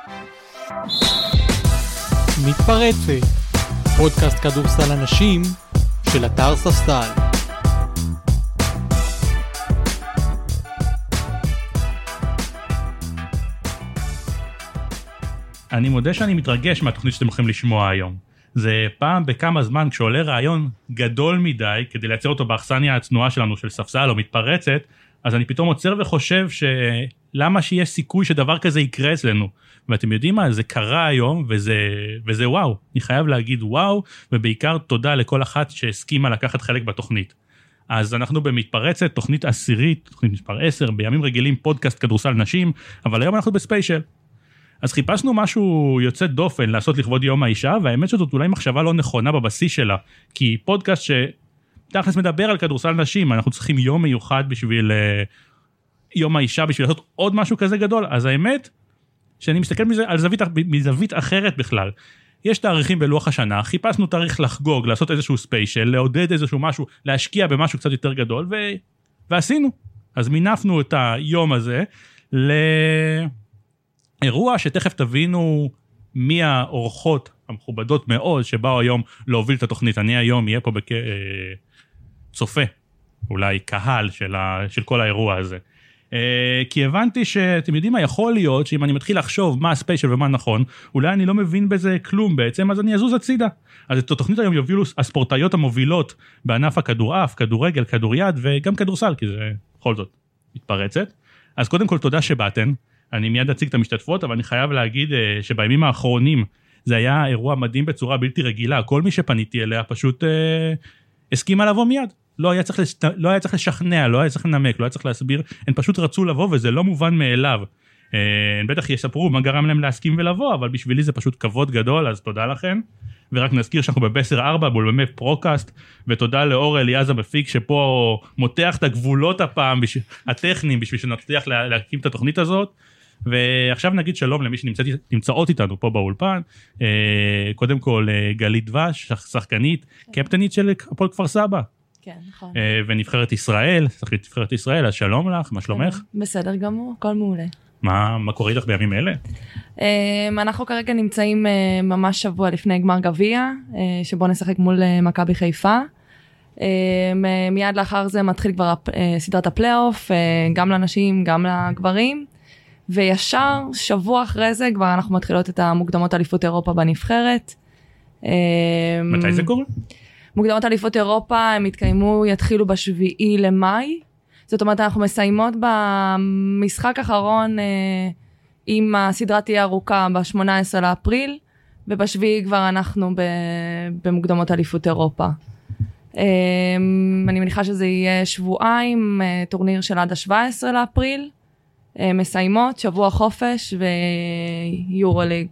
מתפרצת, פודקאסט כדורסל אנשים של אתר ספסל. אני מודה שאני מתרגש מהתוכנית שאתם יכולים לשמוע היום. זה פעם בכמה זמן כשעולה רעיון גדול מדי כדי לייצר אותו באכסניה הצנועה שלנו של ספסל או מתפרצת, אז אני פתאום עוצר וחושב שלמה שיש סיכוי שדבר כזה יקרה אצלנו. ואתם יודעים מה, זה קרה היום וזה וואו. אני חייב להגיד וואו, ובעיקר תודה לכל אחת שהסכימה לקחת חלק בתוכנית. אז אנחנו במתפרצת, תוכנית עשירית, תוכנית מספר 10, בימים רגילים פודקאסט כדורסל נשים, אבל היום אנחנו בספיישל. אז חיפשנו משהו יוצא דופן לעשות לכבוד יום האישה, והאמת שזאת אולי מחשבה לא נכונה בבסיס שלה, כי פודקאסט שתכלס מדבר על כדורסל נשים, אנחנו צריכים יום מיוחד בשביל יום האישה, בשביל לעשות עוד משהו כזה גדול. אז האמת שאני מסתכל על מזווית אחרת בכלל. יש תאריכים בלוח השנה, חיפשנו תאריך לחגוג, לעשות איזשהו ספיישל, לעודד איזשהו משהו, להשקיע במשהו קצת יותר גדול, ועשינו. אז מינפנו את היום הזה אירוע שתכף תבינו מי האורחות המכובדות מאוד שבאו היום להוביל את התוכנית. אני היום אהיה פה צופה, אולי קהל של כל האירוע הזה. כי הבנתי שאתם יודעים מה, יכול להיות שאם אני מתחיל לחשוב מה הספיישל ומה נכון, אולי אני לא מבין בזה כלום בעצם, אז אני אזוז הצידה. אז את התוכנית היום יובילו הספורטאיות המובילות בענף הכדורעף, כדורגל, כדוריד וגם כדורסל, כי זה בכל זאת מתפרצת. אז קודם כל תודה שבאתן. אני מיד אציג את המשתתפות, אבל אני חייב להגיד שבימים האחרונים זה היה אירוע מדהים בצורה בלתי רגילה. כל מי שפניתי אליה פשוט הסכימה לבוא מיד. לא היה צריך לשכנע, לא היה צריך לנמק, לא היה צריך להסביר. הם פשוט רצו לבוא וזה לא מובן מאליו. בטח יספרו מה גרם להם להסכים ולבוא, אבל בשבילי זה פשוט כבוד גדול, אז תודה לכם. ורק נזכיר שאנחנו ב-10-4 בולמי פרוקאסט, ותודה לאור אליעז המפיק שפה מותח את הגבולות הפעם הטכניים בשביל שנצליח להקים את התוכנית הזאת. ועכשיו נגיד שלום למי שנמצאות איתנו פה באולפן. קודם כל גלית דבש, שחקנית, קפטנית של הפועל כפר סבא. כן, נכון. ונבחרת ישראל, שחקנית נבחרת ישראל, אז שלום לך, מה שלומך? בסדר גמור, הכל מעולה. מה קורה איתך בימים אלה? אנחנו כרגע נמצאים ממש שבוע לפני גמר גביע, שבו נשחק מול מכבי חיפה. מיד לאחר זה מתחיל כבר סדרת הפלייאוף, גם לנשים, גם לגברים. וישר שבוע אחרי זה כבר אנחנו מתחילות את המוקדמות אליפות אירופה בנבחרת. מתי זה קורה? מוקדמות אליפות אירופה הם יתחילו ב7 למאי. זאת אומרת אנחנו מסיימות במשחק האחרון, אם הסדרה תהיה ארוכה ב18 לאפריל, וב7 כבר אנחנו במוקדמות אליפות אירופה. אני מניחה שזה יהיה שבועיים, טורניר של עד ה17 לאפריל. מסיימות, שבוע חופש ויורוליג,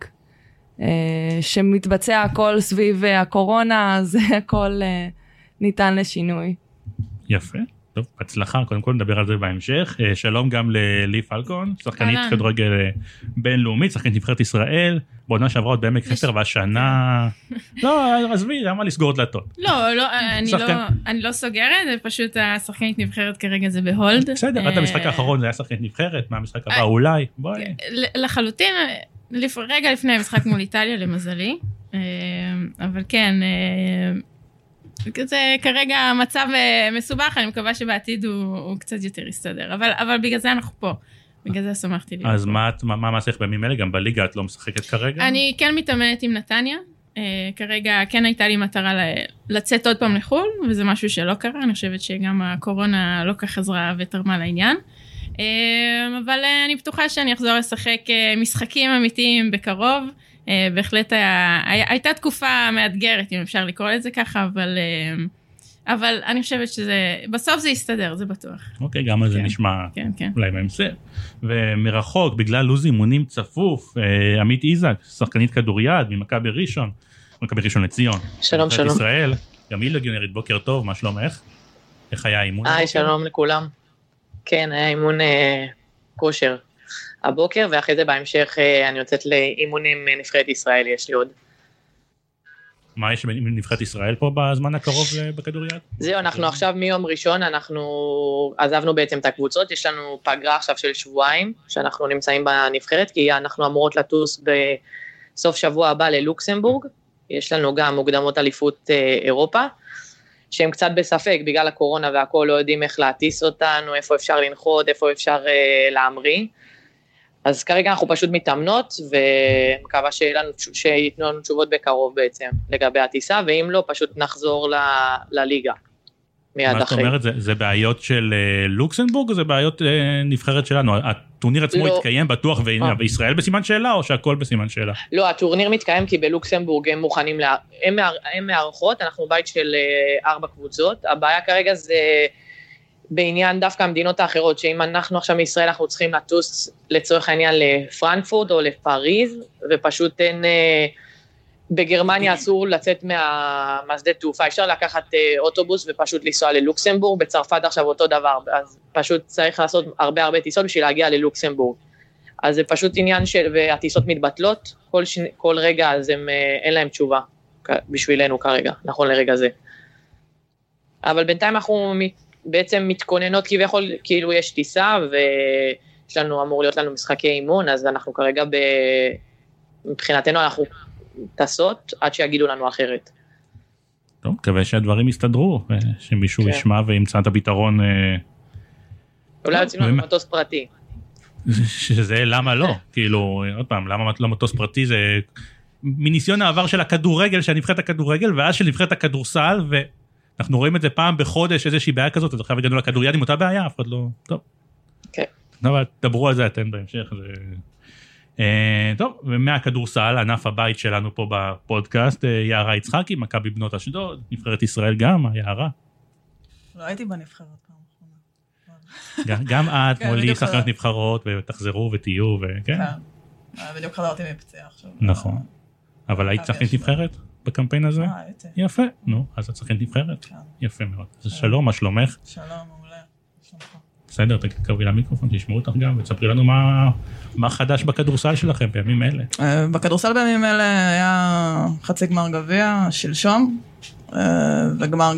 שמתבצע הכל סביב הקורונה, אז הכל ניתן לשינוי. יפה, טוב, הצלחה, קודם כל נדבר על זה בהמשך. שלום גם ללי פלקון, שחקנית כדורגל בינלאומית, שחקנית נבחרת ישראל, בעונה שעברה עוד בעמק חפר, והשנה... לא, עזבי, למה לסגור דלתות? לא, אני לא סוגרת, זה פשוט השחקנית נבחרת כרגע זה בהולד. בסדר, עד המשחק האחרון זה היה שחקנית נבחרת, מה המשחק הבא אולי? בואי. לחלוטין, רגע לפני המשחק מול איטליה למזלי, אבל כן... זה כרגע מצב מסובך, אני מקווה שבעתיד הוא קצת יותר יסתדר, אבל בגלל זה אנחנו פה, בגלל זה שמחתי לי. אז מה מעשך בימים אלה? גם בליגה את לא משחקת כרגע? אני כן מתאמנת עם נתניה, כרגע כן הייתה לי מטרה לצאת עוד פעם לחול, וזה משהו שלא קרה, אני חושבת שגם הקורונה לא כך עזרה ותרמה לעניין, אבל אני בטוחה שאני אחזור לשחק משחקים אמיתיים בקרוב, בהחלט הייתה תקופה מאתגרת, אם אפשר לקרוא לזה ככה, אבל אני חושבת שזה, בסוף זה יסתדר, זה בטוח. אוקיי, גם על זה נשמע אולי בהמשך. ומרחוק, בגלל לוז אימונים צפוף, עמית איזק, שחקנית כדוריד, ממכבי ראשון לציון. שלום, שלום. ישראל, גם היא לגיונרית, בוקר טוב, מה שלומך? איך היה האימון? היי, שלום לכולם. כן, היה אימון כושר. הבוקר, ואחרי זה בהמשך אני יוצאת לאימון עם נבחרת ישראל, יש לי עוד. מה יש בנבחרת ישראל פה בזמן הקרוב בכדוריד? זהו, אנחנו עכשיו מיום ראשון, אנחנו עזבנו בעצם את הקבוצות, יש לנו פגרה עכשיו של שבועיים, שאנחנו נמצאים בנבחרת, כי אנחנו אמורות לטוס בסוף שבוע הבא ללוקסמבורג, יש לנו גם מוקדמות אליפות אירופה, שהם קצת בספק, בגלל הקורונה והכל לא יודעים איך להטיס אותנו, איפה אפשר לנחות, איפה אפשר להמריא, אז כרגע אנחנו פשוט מתאמנות, ומקווה שיתנו לנו תשובות בקרוב בעצם, לגבי הטיסה, ואם לא, פשוט נחזור לליגה, מיד אחרי. מה זאת אומרת, זה בעיות של לוקסמבורג, או זה בעיות נבחרת שלנו? הטורניר עצמו התקיים בטוח, וישראל בסימן שאלה, או שהכל בסימן שאלה? לא, הטורניר מתקיים, כי בלוקסמבורג הם מוכנים, הם מערכות, אנחנו בית של 4 קבוצות, הבעיה כרגע זה בעניין דווקא המדינות האחרות, שאם אנחנו עכשיו מישראל, אנחנו צריכים לטוס לצורך העניין לפרנקפורט או לפריז, ופשוט אין, בגרמניה אסור לצאת מהשדה תעופה, אפשר לקחת אוטובוס ופשוט לנסוע ללוקסמבורג, בצרפת עכשיו אותו דבר, אז פשוט צריך לעשות הרבה טיסות בשביל להגיע ללוקסמבורג. אז זה פשוט עניין והטיסות מתבטלות, כל רגע אז אין להם תשובה בשבילנו כרגע, נכון לרגע זה. אבל בינתיים אנחנו בעצם מתכוננות כביכול, כאילו יש טיסה, ויש לנו, אמור להיות לנו משחקי אימון, אז אנחנו כרגע מבחינתנו אנחנו טסות, עד שיגידו לנו אחרת. טוב, מקווה שהדברים יסתדרו, שמישהו ישמע וימצא את הפתרון. אולי יוצאים לנו מטוס פרטי. שזה למה לא, כאילו, עוד פעם, למה לא מטוס פרטי, זה מניסיון העבר של הכדורגל, שנבחרת הכדורגל, ואז שנבחרת הכדורסל, אנחנו רואים את זה פעם בחודש, איזושהי בעיה כזאת, אז עכשיו הגענו לכדוריד עם אותה בעיה, אף אחד לא, טוב. כן. אבל דברו על זה אתן בהמשך. טוב, ומהכדורסל, ענף הבית שלנו פה בפודקאסט, יערה יצחקי, מכבי בנות אשדוד, נבחרת ישראל גם, יערה. לא הייתי בנבחרת פעם אחרונה. גם את, מולי, שחקנות נבחרות, ותחזרו ותהיו, וכן. בדיוק חזרתי מפציעה עכשיו. נכון. אבל היית שחקנית נבחרת? בקמפיין הזה? הייתי. יפה, נו, אז את שחקנית נבחרת? יפה מאוד. אז שלום, מה שלומך? שלום, מעולה. שלומך. בסדר, תקרבי למיקרופון, תשמעו אותך גם, ותספרי לנו מה חדש בכדורסל שלכם בימים אלה. בכדורסל בימים אלה היה חצי גמר גביע, שלשום, וגמר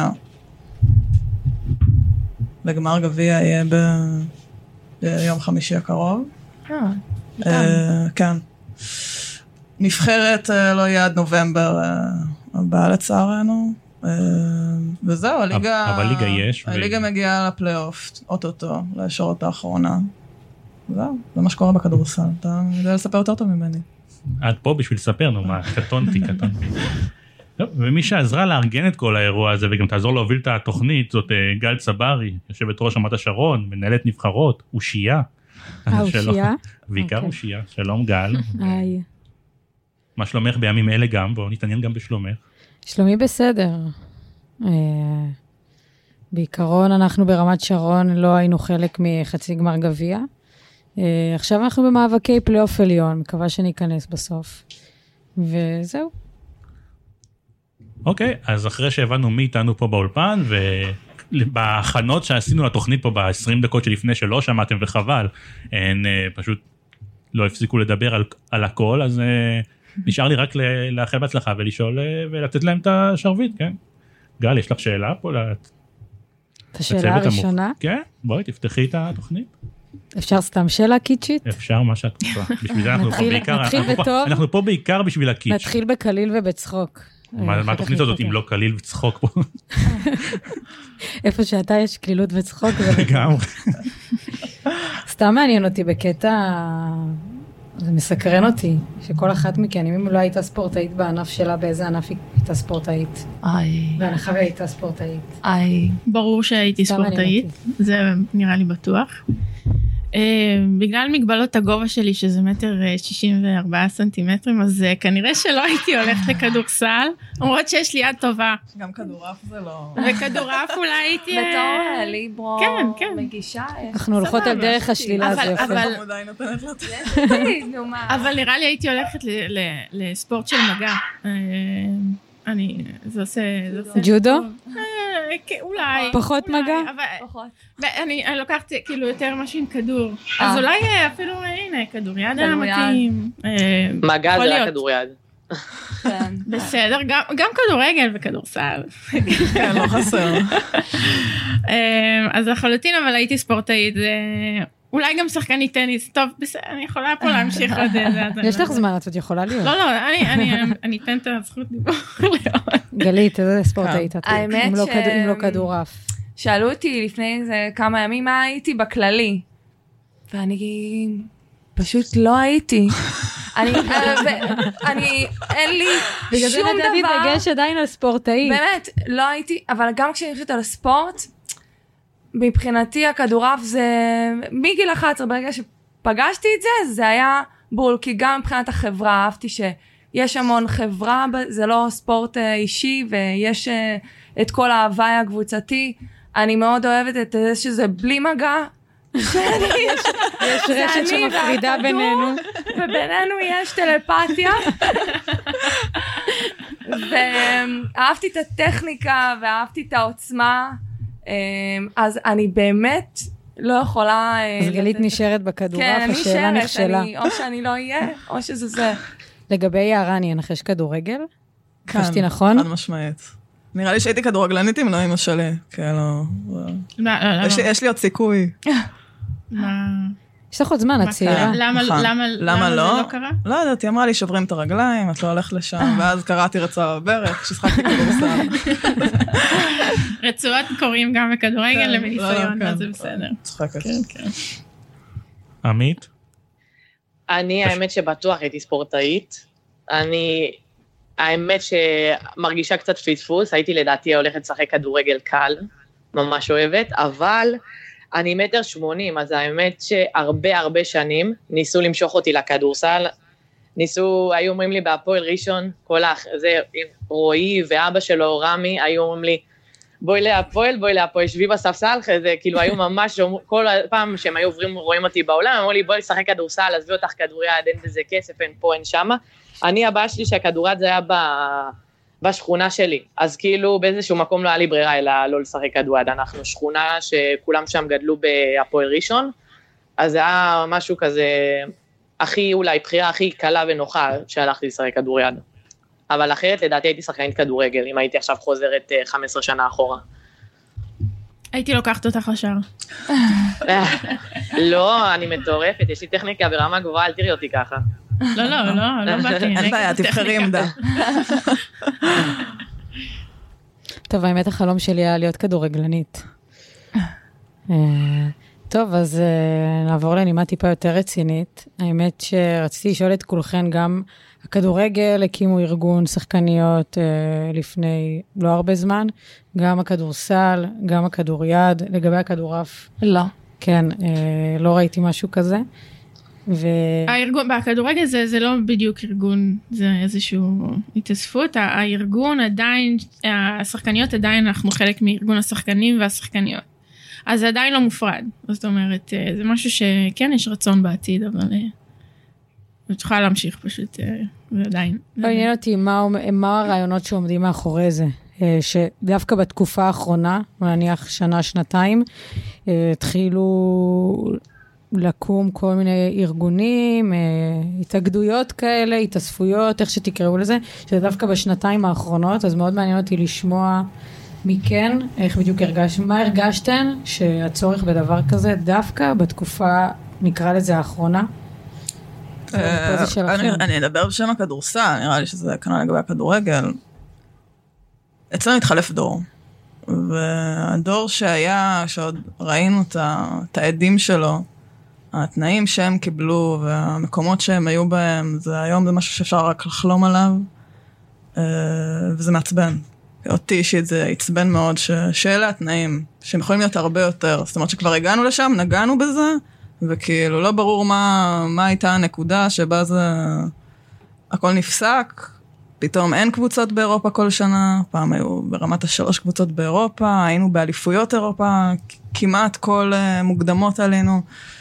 גביע יהיה ביום חמישי הקרוב. כן. נבחרת לא יהיה עד נובמבר הבא לצערנו, וזהו, הליגה מגיעה לפלייאוף, אוטוטו, לישורת האחרונה. זהו, זה מה שקורה בכדורסל, אתה יודע לספר יותר טוב ממני. את פה בשביל לספר, נו מה, קטונתי. ומי שעזרה לארגן את כל האירוע הזה, וגם תעזור להוביל את התוכנית, זאת גל צברי, יושבת ראש רמת השרון, מנהלת נבחרות, אושייה. אושייה? בעיקר אושייה, שלום גל. היי. מה שלומך בימים אלה גם, בואו נתעניין גם בשלומך. שלומי בסדר. בעיקרון אנחנו ברמת שרון לא היינו חלק מחצי גמר גביע. עכשיו אנחנו במאבקי פלייאוף עליון, מקווה שניכנס בסוף. וזהו. אוקיי, אז אחרי שהבנו מי איתנו פה באולפן, ובהכנות שעשינו לתוכנית פה ב-20 דקות שלפני שלא שמעתם וחבל, הן פשוט לא הפסיקו לדבר על הכל, אז נשאר לי רק לאחל בהצלחה ולשאול ולתת להם את השרביט, כן? גל, יש לך שאלה פה? את השאלה הראשונה? כן, בואי תפתחי את התוכנית. אפשר סתם שאלה קיצ'ית? אפשר מה שאת רוצה. בשביל זה אנחנו פה בעיקר בשביל הקיץ'. נתחיל בקליל ובצחוק. מה התוכנית הזאת אם לא קליל וצחוק פה? איפה שאתה יש קלילות וצחוק. גם. סתם מעניין אותי בקטע, זה מסקרן אותי, שכל אחת מכן, אם לא הייתה ספורטאית בענף שלה, באיזה ענף הייתה ספורטאית? בהנחה והייתה ספורטאית. ברור שהייתי ספורטאית, זה נראה לי בטוח. בגלל מגבלות הגובה שלי, שזה 1.64 סנטימטרים, אז כנראה שלא הייתי הולכת לכדורסל, למרות שיש לי יד טובה. גם כדורעף זה לא... וכדורעף אולי הייתי... בתור ליברו מגישה. אנחנו הולכות על דרך השלילה, זה יפה. אבל נראה לי הייתי הולכת לספורט של מגע. זה עושה... ג'ודו? אולי. פחות מגע? פחות. אני לוקחת כאילו יותר משהו עם כדור. אז אולי אפילו, הנה, כדוריד היה מתאים. מגע זה היה כדוריד. בסדר, גם כדורגל וכדורסל. כן, לא חסר. אז לחלוטין, אבל הייתי ספורטאית, אולי גם שחקנית טניס, טוב, בסדר, אני יכולה פה להמשיך עוד זה. יש לך זמן, את עוד יכולה להיות. לא, אני אתן את הזכות דיבור. גלית, איזה ספורטאית את? אם לא כדורעף. שאלו אותי לפני כמה ימים מה הייתי בכללי, ואני פשוט לא הייתי. אין לי שום דבר. בגלל זה נתתי דגש עדיין על ספורטאית. באמת, לא הייתי, אבל גם כשאני חושבת על הספורט, מבחינתי הכדורעף זה, מגיל 11, ברגע שפגשתי את זה, זה היה בול, כי גם מבחינת החברה, אהבתי שיש המון חברה, זה לא ספורט אישי, ויש את כל ההוואי הקבוצתי, אני מאוד אוהבת את זה שזה בלי מגע, יש רשת שמפרידה בינינו. ובינינו יש טלפתיה. ואהבתי את הטכניקה ואהבתי את העוצמה. אז אני באמת לא יכולה... אז גלית נשארת בכדורעף, השאלה נכשלה. או שאני לא אהיה, או שזה זה. לגבי יערה, אני אנחש כדורגל? כן, חשתי נכון? חד משמעית. נראה לי שהייתי כדורגלנית אם לא אמא שלי. יש לי עוד סיכוי. יש לך עוד זמן, את צעירה. למה זה לא קרה? לא יודעת, היא אמרה לי, שוברים את הרגליים, את לא הולך לשם, ואז קראתי רצועה בברך, כששחקתי כדורסל. רצועות קוראים גם בכדורגל למניסיון, אז זה בסדר. צחקת. עמית? אני, האמת שבטוח הייתי ספורטאית. האמת שמרגישה קצת פספוס, הייתי לדעתי הולכת לשחק כדורגל קל, ממש אוהבת, אבל אני 1.80 מטר, אז האמת שהרבה שנים ניסו למשוך אותי לכדורסל, היו אומרים לי בהפועל ראשון, זה רועי ואבא שלו רמי, היו אומרים לי, בואי להפועל, שבי בספסל, זה כאילו היו ממש, כל פעם שהם היו רואים אותי בעולם, אמרו לי בואי לשחק כדורסל, עזבי אותך כדוריד, אין בזה כסף, אין פה, אין שמה, הבעיה שלי שהכדוריד זה היה בשכונה שלי, אז כאילו באיזשהו מקום לא היה לי ברירה, אלא לא לשחק כדוריד, אנחנו שכונה שכולם שם גדלו בהפועל ראשון, אז זה היה משהו כזה, אולי בחירה הכי קלה ונוחה שהלכתי לשחק כדוריד. אבל אחרת לדעתי הייתי שחקנית כדורגל, אם הייתי עכשיו חוזרת 15 שנה אחורה. הייתי לוקחת אותך לשער. לא, אני מטורפת, יש לי טכניקה ברמה גבוהה, אל תראי אותי ככה. לא באתי. אין בעיה, תבחרי עמדה. טוב, האמת החלום שלי היה להיות כדורגלנית. טוב, אז נעבור לנימה טיפה יותר רצינית. האמת שרציתי לשאול את כולכן גם, הכדורגל הקימו ארגון שחקניות לפני לא הרבה זמן, גם הכדורסל, גם הכדוריד, לגבי הכדורעף. לא. כן, לא ראיתי משהו כזה. הארגון, בכדורגל זה לא בדיוק ארגון, זה איזשהו התאספות, הארגון עדיין, השחקניות עדיין אנחנו חלק מארגון השחקנים והשחקניות. אז זה עדיין לא מופרד, זאת אומרת, זה משהו שכן יש רצון בעתיד, אבל את יכולה להמשיך פשוט, ועדיין. לא עניין אותי, מה הרעיונות שעומדים מאחורי זה? שדווקא בתקופה האחרונה, נניח שנה, שנתיים, התחילו לקום כל מיני ארגונים, התאגדויות כאלה, התאספויות, איך שתקראו לזה, שזה דווקא בשנתיים האחרונות, אז מאוד מעניין אותי לשמוע מכן, איך בדיוק מה הרגשתן שהצורך בדבר כזה, דווקא בתקופה, נקרא לזה האחרונה? אני אדבר בשם הכדורסל, נראה לי שזה כנראה לגבי הכדורגל. אצלנו התחלף דור, והדור שהיה, שעוד ראינו את העדים שלו, התנאים שהם קיבלו והמקומות שהם היו בהם, היום זה משהו שאפשר רק לחלום עליו, וזה מעצבן. אותי אישית זה עצבן מאוד שאלה התנאים, שהם יכולים להיות הרבה יותר, זאת אומרת שכבר הגענו לשם, נגענו בזה, וכאילו לא ברור מה הייתה הנקודה שבה זה הכל נפסק, פתאום אין קבוצות באירופה כל שנה, פעם היו ברמת 3 קבוצות באירופה, היינו באליפויות אירופה, כמעט כל מוקדמות עלינו,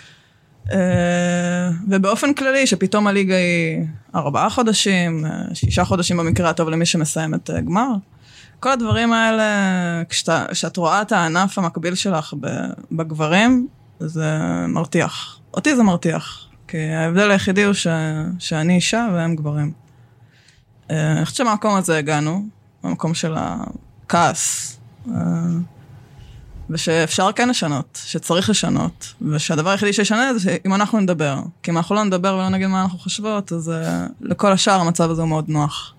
ובאופן כללי שפתאום הליגה היא 4 חודשים, 6 חודשים במקרה הטוב למי שמסיים את גמר, כל הדברים האלה, כשאת רואה את הענף המקביל שלך בגברים, זה מרתיח. אותי זה מרתיח, כי ההבדל היחידי הוא שאני אישה והם גברים. אני חושבת שהמקום הזה הגענו, המקום של הכעס, ושאפשר כן לשנות, שצריך לשנות, ושהדבר היחידי שישנה זה אם אנחנו נדבר, כי אם אנחנו לא נדבר ולא נגיד מה אנחנו חושבות, אז לכל השאר המצב הזה הוא מאוד נוח.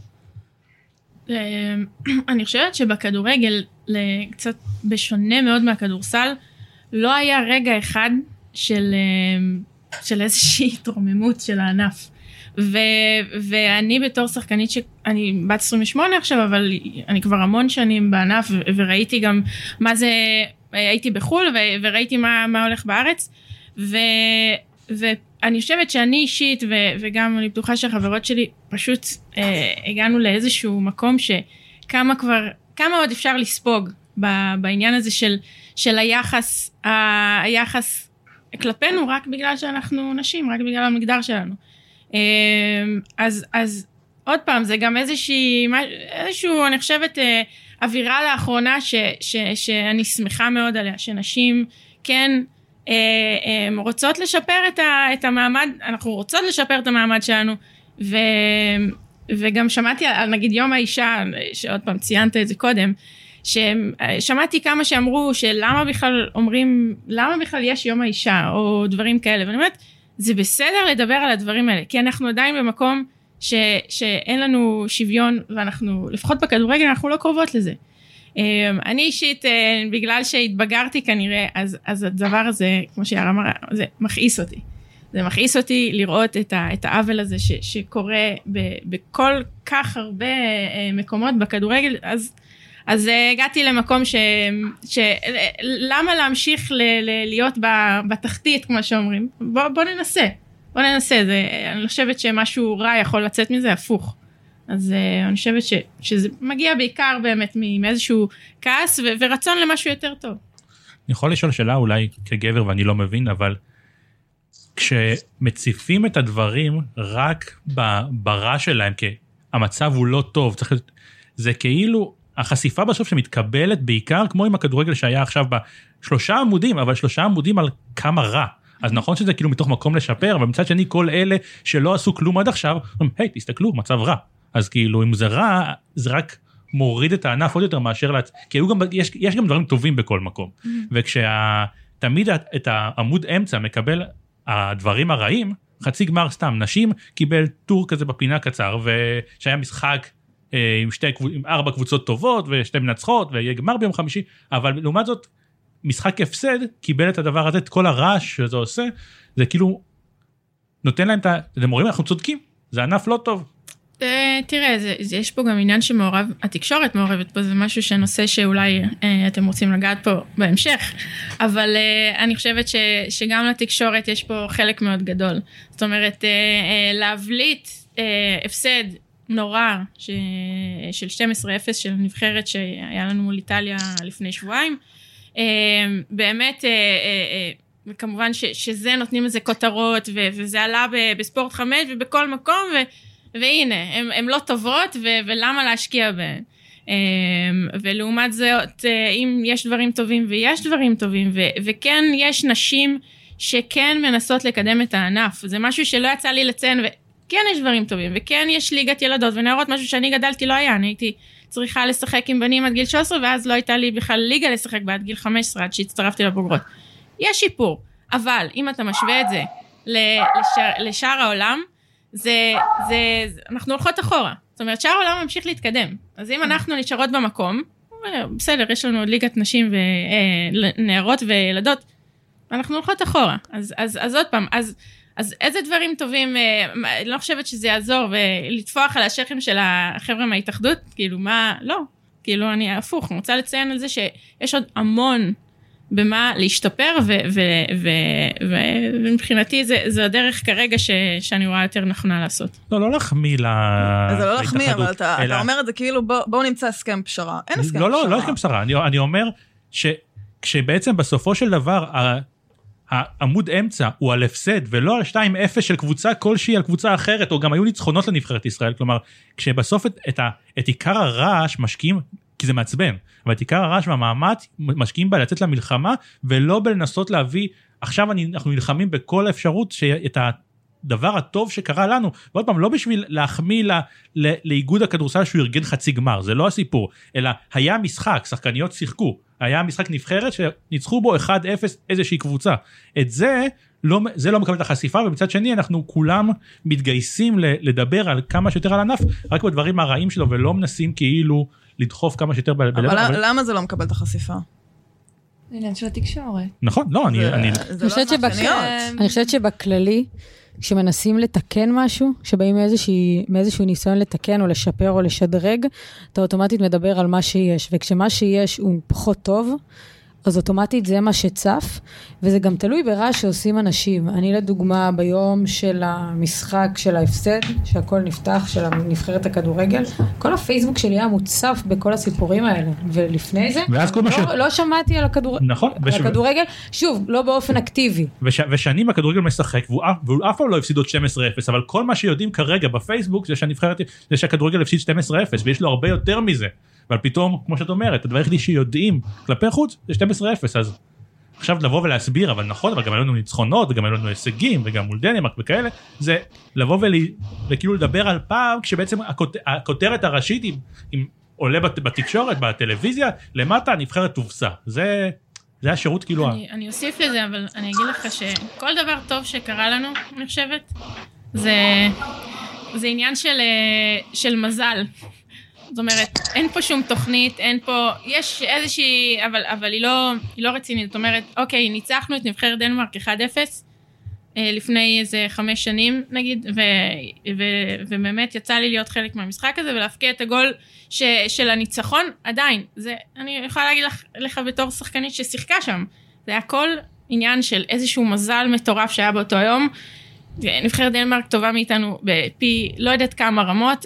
אני חושבת שבכדורגל, קצת בשונה מאוד מהכדורסל, לא היה רגע אחד של איזושהי התרוממות של הענף. ואני בתור שחקנית, אני בת 28 עכשיו, אבל אני כבר המון שנים בענף, וראיתי גם מה זה, הייתי בחול, וראיתי מה הולך בארץ, ואני חושבת שאני אישית, וגם אני בטוחה שהחברות שלי, פשוט הגענו לאיזשהו מקום שכמה עוד אפשר לספוג בעניין הזה של היחס כלפינו, רק בגלל שאנחנו נשים, רק בגלל המגדר שלנו. אז עוד פעם, זה גם איזשהו, אני חושבת, אווירה לאחרונה שאני שמחה מאוד עליה, שנשים כן רוצות לשפר את המעמד, אנחנו רוצות לשפר את המעמד שלנו, וגם שמעתי על נגיד יום האישה, שעוד פעם ציינת את זה קודם, ששמעתי כמה שאמרו שלמה בכלל אומרים, למה בכלל יש יום האישה, או דברים כאלה, ואני אומרת, זה בסדר לדבר על הדברים האלה, כי אנחנו עדיין במקום שאין לנו שוויון, ואנחנו, לפחות בכדורגל, אנחנו לא קרובות לזה. אני אישית, בגלל שהתבגרתי כנראה, אז הדבר הזה, כמו שיערה אמרה, זה מכעיס אותי. זה מכעיס אותי לראות את העוול הזה שקורה בכל כך הרבה מקומות בכדורגל, אז הגעתי למקום למה להמשיך להיות בתחתית, כמו שאומרים? בוא ננסה, אני חושבת שמשהו רע יכול לצאת מזה הפוך. אז אני חושבת שזה מגיע בעיקר באמת מאיזשהו כעס ורצון למשהו יותר טוב. אני יכול לשאול שאלה אולי כגבר ואני לא מבין, אבל כשמציפים את הדברים רק ברע שלהם, כי המצב הוא לא טוב, זה כאילו החשיפה בסוף שמתקבלת בעיקר כמו עם הכדורגל שהיה עכשיו ב3 עמודים, אבל 3 עמודים על כמה רע. אז נכון שזה כאילו מתוך מקום לשפר, אבל מצד שני כל אלה שלא עשו כלום עד עכשיו, אומרים, היי, תסתכלו, מצב רע. אז כאילו אם זה רע, זה רק מוריד את הענף עוד יותר מאשר, כי יש גם דברים טובים בכל מקום. וכשתמיד את העמוד אמצע מקבל הדברים הרעים, חצי גמר סתם, נשים קיבל טור כזה בפינה קצר, ושהיה משחק עם 4 קבוצות טובות, ו2 מנצחות, ויהיה גמר ביום חמישי, אבל לעומת זאת, משחק הפסד, קיבל את הדבר הזה, את כל הרעש שזה עושה, זה כאילו, נותן להם אתם רואים, אנחנו צודקים, זה ענף לא טוב. תראה, יש פה גם עניין שמעורב, התקשורת מעורבת פה, זה משהו שנושא שאולי אתם רוצים לגעת פה בהמשך, אבל אני חושבת שגם לתקשורת יש פה חלק מאוד גדול. זאת אומרת, להבליט הפסד נורא של 12-0 של נבחרת שהיה לנו מול איטליה לפני שבועיים, באמת, וכמובן שזה נותנים איזה כותרות, וזה עלה בספורט 5 ובכל מקום, והנה, הן לא טובות, ולמה להשקיע בהן? ולעומת זאת, אם יש דברים טובים, ויש דברים טובים, וכן יש נשים שכן מנסות לקדם את הענף, זה משהו שלא יצא לי לציין, וכן יש דברים טובים, וכן יש ליגת ילדות ונערות, משהו שאני גדלתי לא היה, אני הייתי צריכה לשחק עם בנים עד גיל 13, ואז לא הייתה לי בכלל ליגה לשחק בעד גיל 15, עד שהצטרפתי לבוגרות. יש שיפור, אבל אם אתה משווה את זה לשאר העולם, אנחנו הולכות אחורה. זאת אומרת, שאר העולם ממשיך להתקדם. אז אם אנחנו נשארות במקום, בסדר, יש לנו ליגת נשים ונערות וילדות, אנחנו הולכות אחורה. אז עוד פעם, אז איזה דברים טובים, אני לא חושבת שזה יעזור, ולטפוח על השכם של החבר'ה מההתאחדות, כאילו מה, לא, כאילו אני הפוך, אני רוצה לציין על זה שיש עוד המון במה להשתפר, ומבחינתי זה הדרך כרגע שאני רואה יותר נכונה לעשות. לא להחמיא זה לא להחמיא, אבל אתה אומר את זה כאילו, בואו נמצא הסכם פשרה. אין הסכם פשרה. לא הסכם פשרה, אני אומר כשבעצם בסופו של דבר, העמוד אמצע הוא על הפסד, ולא על 2-0 של קבוצה כלשהי על קבוצה אחרת, או גם היו ניצחונות לנבחרת ישראל, כלומר, כשבסוף את עיקר הרעש משקיעים, כי זה מעצבן, אבל את עיקר הרעש והמאמץ משקיעים בה לצאת למלחמה, ולא בלנסות להביא, עכשיו אנחנו נלחמים בכל האפשרות הדבר הטוב שקרה לנו, ועוד פעם, לא בשביל להחמיא לאיגוד הכדורסל שהוא ארגן חצי גמר, זה לא הסיפור, אלא היה משחק, שחקניות שיחקו, היה משחק נבחרת שניצחו בו 1-0 איזושהי קבוצה. את זה לא מקבל את החשיפה, ומצד שני אנחנו כולם מתגייסים לדבר על כמה שיותר על ענף, רק בדברים הרעים שלו, ולא מנסים כאילו לדחוף כמה שיותר אבל למה זה לא מקבל את החשיפה? זה עניין של התקשורת. נכון, לא, אני חושבת שבכללי, כשמנסים לתקן משהו, שבאים מאיזשהו ניסיון לתקן או לשפר או לשדרג, אתה אוטומטית מדבר על מה שיש, וכשמה שיש הוא פחות טוב, אז אוטומטית זה מה שצף, וזה גם תלוי ברעש שעושים אנשים. אני לדוגמה ביום של המשחק של ההפסד, שהכל נפתח, של נבחרת הכדורגל, כל הפייסבוק שלי היה מוצף בכל הסיפורים האלה, ולפני זה, לא שמעתי על הכדורגל, שוב, לא באופן אקטיבי. ושנים הכדורגל משחק, והוא אף פעם לא הפסיד עוד 12-0, אבל כל מה שיודעים כרגע בפייסבוק, זה שהכדורגל הפסיד 12-0, ויש לו הרבה יותר מזה. אבל פתאום, כמו שאת אומרת, הדבר היחידי שיודעים כלפי חוץ, זה 12-0, אז עכשיו לבוא ולהסביר, אבל נכון, אבל גם היו לנו ניצחונות, וגם היו לנו הישגים, וגם מול דנמרק וכאלה, זה לבוא וכאילו לדבר על פעם, כשבעצם הכותרת הראשית, אם עולה בתקשורת, בטלוויזיה, למטה הנבחרת תובסה. זה השירות כאילו... אני אוסיף לזה, אבל אני אגיד לך שכל דבר טוב שקרה לנו, אני חושבת, זה עניין של מזל. זאת אומרת, אין פה שום תוכנית, אין פה, יש איזושהי, אבל היא לא רצינית. זאת אומרת, אוקיי, ניצחנו את נבחרת דנמרק 1-0, לפני איזה 5 שנים, נגיד, ובאמת יצא לי להיות חלק מהמשחק הזה, ולהפקיע את הגול של הניצחון, עדיין, אני יכולה להגיד לך בתור שחקנית ששיחקה שם, זה היה כל עניין של איזשהו מזל מטורף שהיה באותו יום, נבחרת דנמרק טובה מאיתנו בפי לא יודעת כמה רמות,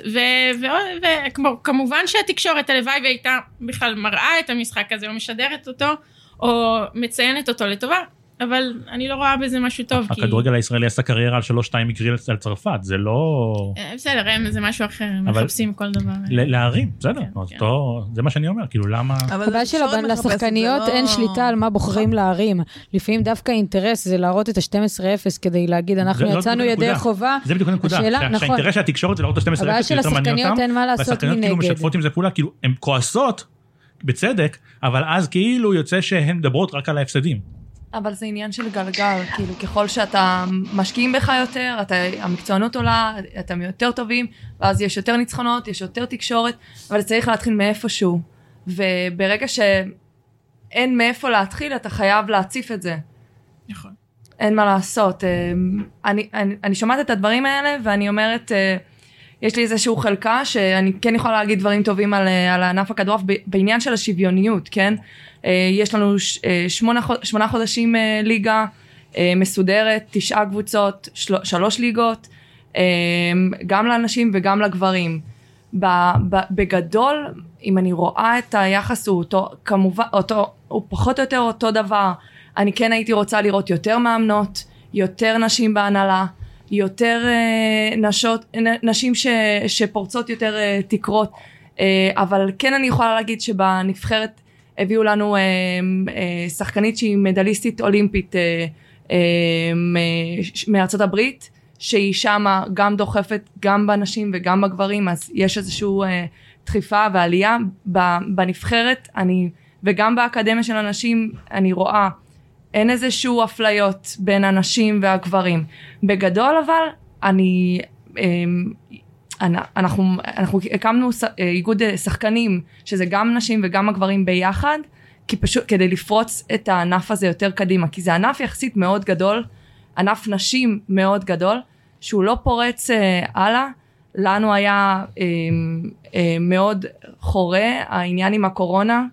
וכמובן שהתקשורת הלוואי והייתה בכלל מראה את המשחק הזה, או משדרת אותו, או מציינת אותו לטובה, אבל אני לא רואה בזה משהו טוב. הכדורגל הישראלי עשה קריירה על 3-2 מקריל על צרפת, זה לא... בסדר, זה משהו אחר, מחפשים כל דבר. להרים, בסדר, זה מה שאני אומר, כאילו למה... הבעיה של לשחקניות אין שליטה על מה בוחרים להרים, לפעמים דווקא אינטרס זה להראות את ה-12-0 כדי להגיד אנחנו יצאנו ידי חובה. זה בדיוק הנקודה, שהאינטרס של התקשורת זה להראות את ה-12-0, הבעיה של השחקניות אין מה לעשות מנגד. משתפות עם זה פעולה, כאילו הן כועסות בצדק, אבל אז כאילו יוצא שהן מדברות רק על ההפסדים. אבל זה עניין של גלגל, כאילו ככל שאתה משקיעים בך יותר, המקצוענות עולה, אתם יותר טובים, ואז יש יותר ניצחונות, יש יותר תקשורת, אבל צריך להתחיל מאיפשהו, וברגע שאין מאיפה להתחיל, אתה חייב להציף את זה. נכון. אין מה לעשות. אני שומעת את הדברים האלה, ואני אומרת, יש לי איזשהו חלקה, שאני כן יכולה להגיד דברים טובים על הענף הכדורעף, בעניין של השוויוניות, כן? יש לנו 8 חודשים ליגה מסודרת, 9 קבוצות, 3 ליגות, גם לאנשים וגם לגברים. בגדול, אם אני רואה את היחס, הוא פחות או יותר אותו דבר. אני כן הייתי רוצה לראות יותר מאמנות, יותר נשים בהנהלה, יותר נשים שפורצות יותר תקרות, אבל כן אני יכולה להגיד שבנבחרת הביאו לנו שחקנית שהיא מדליסטית אולימפית מארצות הברית, שהיא שמה גם דוחפת גם בנשים וגם בגברים, אז יש איזשהו דחיפה ועלייה בנבחרת, וגם באקדמיה של הנשים אני רואה, אין איזשהו אפליות בין הנשים והגברים. בגדול אבל, אנחנו הקמנו איגוד שחקנים, שזה גם נשים וגם הגברים ביחד, כדי לפרוץ את הענף הזה יותר קדימה, כי זה ענף יחסית מאוד גדול, ענף נשים מאוד גדול, שהוא לא פורץ הלאה, לנו היה מאוד חורה, העניין עם הקורונה,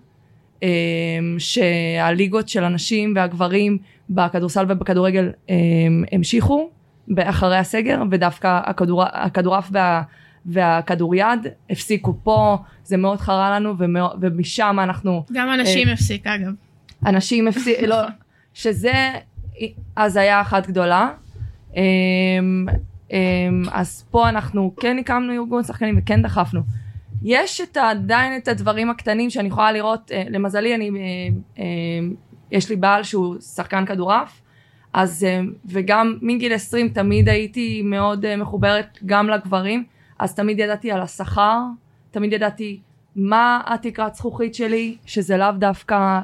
שהליגות של הנשים והגברים בכדורסל ובכדורגל המשיכו אחרי הסגר, ודווקא הכדורעף והכדוריד הפסיקו פה, זה מאוד חרה לנו, ומשם אנחנו... גם אנשים הפסיק, אגב. אנשים הפסיק, לא, שזה, אז היה אחת גדולה, אז פה אנחנו כן הקמנו ארגון שחקנים וכן דחפנו. יש עדיין את הדברים הקטנים שאני יכולה לראות, למזלי יש לי בעל שהוא שחקן כדורעף, אז, וגם מגיל 20 תמיד הייתי מאוד מחוברת גם לגברים, אז תמיד ידעתי על השכר, תמיד ידעתי מה התקרת זכוכית שלי, שזה לאו דווקא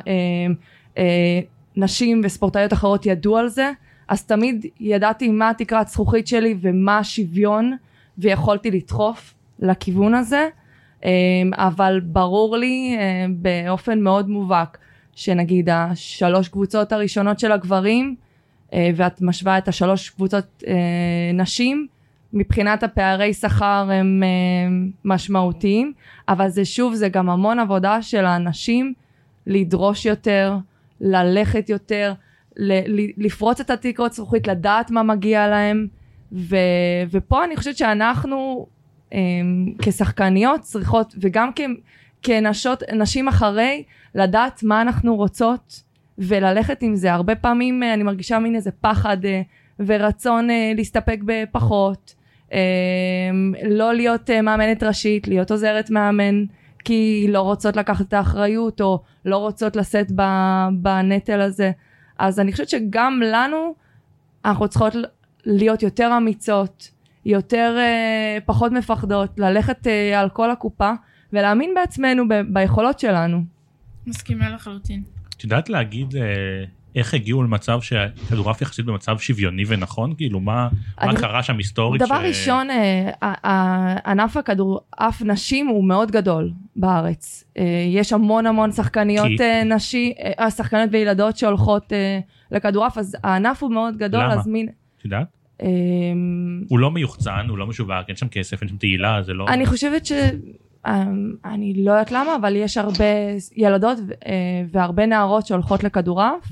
נשים וספורטאיות אחרות ידעו על זה, אז תמיד ידעתי מה התקרת זכוכית שלי ומה השוויון, ויכולתי לדחוף לכיוון הזה, אבל ברור לי באופן מאוד מובהק, שנגיד 3 קבוצות הראשונות של הגברים, ואת משווה את 3 קבוצות נשים, מבחינת הפערי שכר הם משמעותיים, אבל זה שוב, זה גם המון עבודה של האנשים, לדרוש יותר, ללכת יותר, לפרוץ את התקרות זכוכית, לדעת מה מגיע להם, ופה אני חושבת שאנחנו כשחקניות צריכות, וגם כנשים אחרי, לדעת מה אנחנו רוצות, וללכת עם זה. הרבה פעמים אני מרגישה מין איזה פחד ורצון להסתפק בפחות, לא להיות מאמנת ראשית, להיות עוזרת מאמן, כי לא רוצות לקחת את האחריות, או לא רוצות לשאת בנטל הזה. אז אני חושבת שגם לנו, אנחנו צריכות להיות יותר אמיצות, יותר פחות מפחדות, ללכת על כל הקופה, ולהאמין בעצמנו, ביכולות שלנו. מסכימה לחלוטין. את יודעת להגיד איך הגיעו למצב שהכדורעף יחסית במצב שוויוני ונכון? כאילו מה קרה שם היסטורית? דבר ראשון, ענף הכדורעף נשים הוא מאוד גדול בארץ. יש המון שחקניות נשים, שחקניות וילדות שהולכות לכדורעף, אז הענף הוא מאוד גדול. למה? את יודעת? הוא לא מיוחצן, הוא לא משווק, אין שם כסף, אין שם תהילה, זה לא... אני חושבת אני לא יודעת למה, אבל יש הרבה ילדות והרבה נערות שהולכות לכדורעף,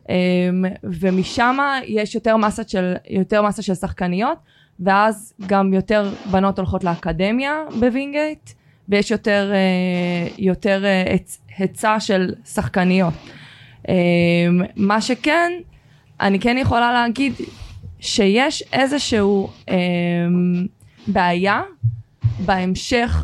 ומשם יש יותר מסה של שחקניות, ואז גם יותר בנות הולכות לאקדמיה בווינגייט, ויש יותר היצע של שחקניות. מה שכן, אני כן יכולה להגיד שיש איזשהו בעיה בהמשך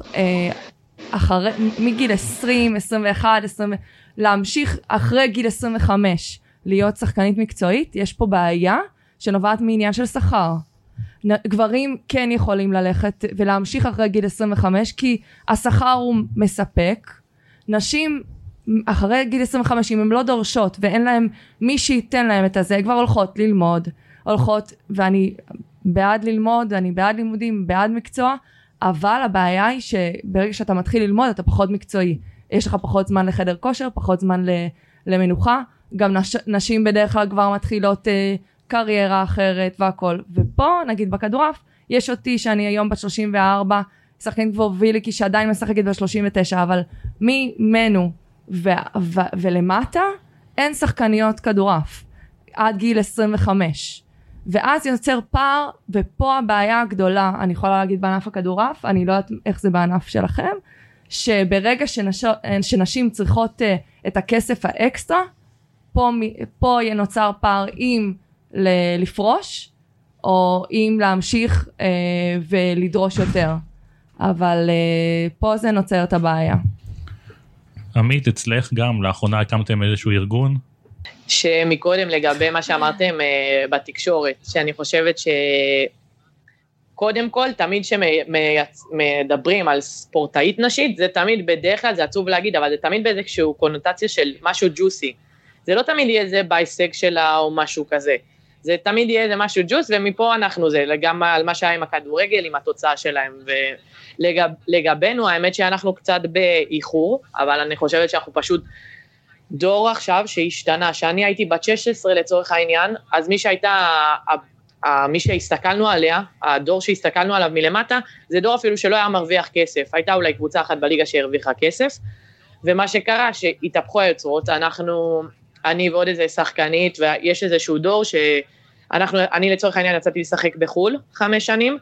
מגיל 20, 21, 20, להמשיך אחרי גיל 25 להיות שחקנית מקצועית. יש פה בעיה שנובעת מעניין של שכר. גברים כן יכולים ללכת ולהמשיך אחרי גיל 25 כי השכר הוא מספק. נשים אחרי גיל 25 אם הן לא דורשות ואין להם מי שייתן להם את הזה, כבר הולכות ללמוד, ואני בעד ללמוד, אני בעד לימודים, בעד מקצוע, אבל הבעיה היא שברגע שאתה מתחיל ללמוד אתה פחות מקצועי, יש לך פחות זמן לחדר כושר, פחות זמן למנוחה, גם נשים בדרך כלל כבר מתחילות קריירה אחרת והכל. ופה נגיד בכדורעף יש אותי שאני היום בת 34, שחקנית כבר ויליקי שעדיין משחקת ב-39, אבל ממנו ולמטה אין שחקניות כדורעף עד גיל 25, ואז יוצר פער. ופה הבעיה הגדולה, אני יכולה להגיד בענף הכדורעף, אני לא יודעת איך זה בענף שלכם, שברגע שנשים צריכות את הכסף האקסטרה, פה ינוצר פער אם לפרוש או אם להמשיך ולדרוש יותר, אבל פה זה נוצר את הבעיה. עמית, אצלך גם לאחרונה הקמתם איזשהו ארגון? שמקודם לגבי מה שאמרתם בתקשורת, שאני חושבת שקודם כל תמיד שמדברים על ספורטאית נשית, זה תמיד בדרך כלל, זה עצוב להגיד, אבל זה תמיד באיזשהו קונוטציה של משהו ג'וסי. זה לא תמיד יהיה איזה בהישג שלה או משהו כזה. זה תמיד יהיה איזה משהו ג'וס, ומפה אנחנו זה, גם על מה שהיה עם הכדורגל, עם התוצאה שלהם. ולגבינו, האמת שאנחנו קצת באיחור, אבל אני חושבת שאנחנו פשוט דור עכשיו שהשתנה, שאני הייתי בת 16 לצורך העניין, אז מי שהסתכלנו עליה, הדור שהסתכלנו עליו מלמטה, זה דור אפילו שלא היה מרוויח כסף, הייתה אולי קבוצה אחת בליגה שהרוויחה כסף, ומה שקרה שהתהפכו היוצרות, אני ועוד איזה שחקנית, ויש איזשהו דור אני לצורך העניין יצאתי לשחק בחול 5 שנים,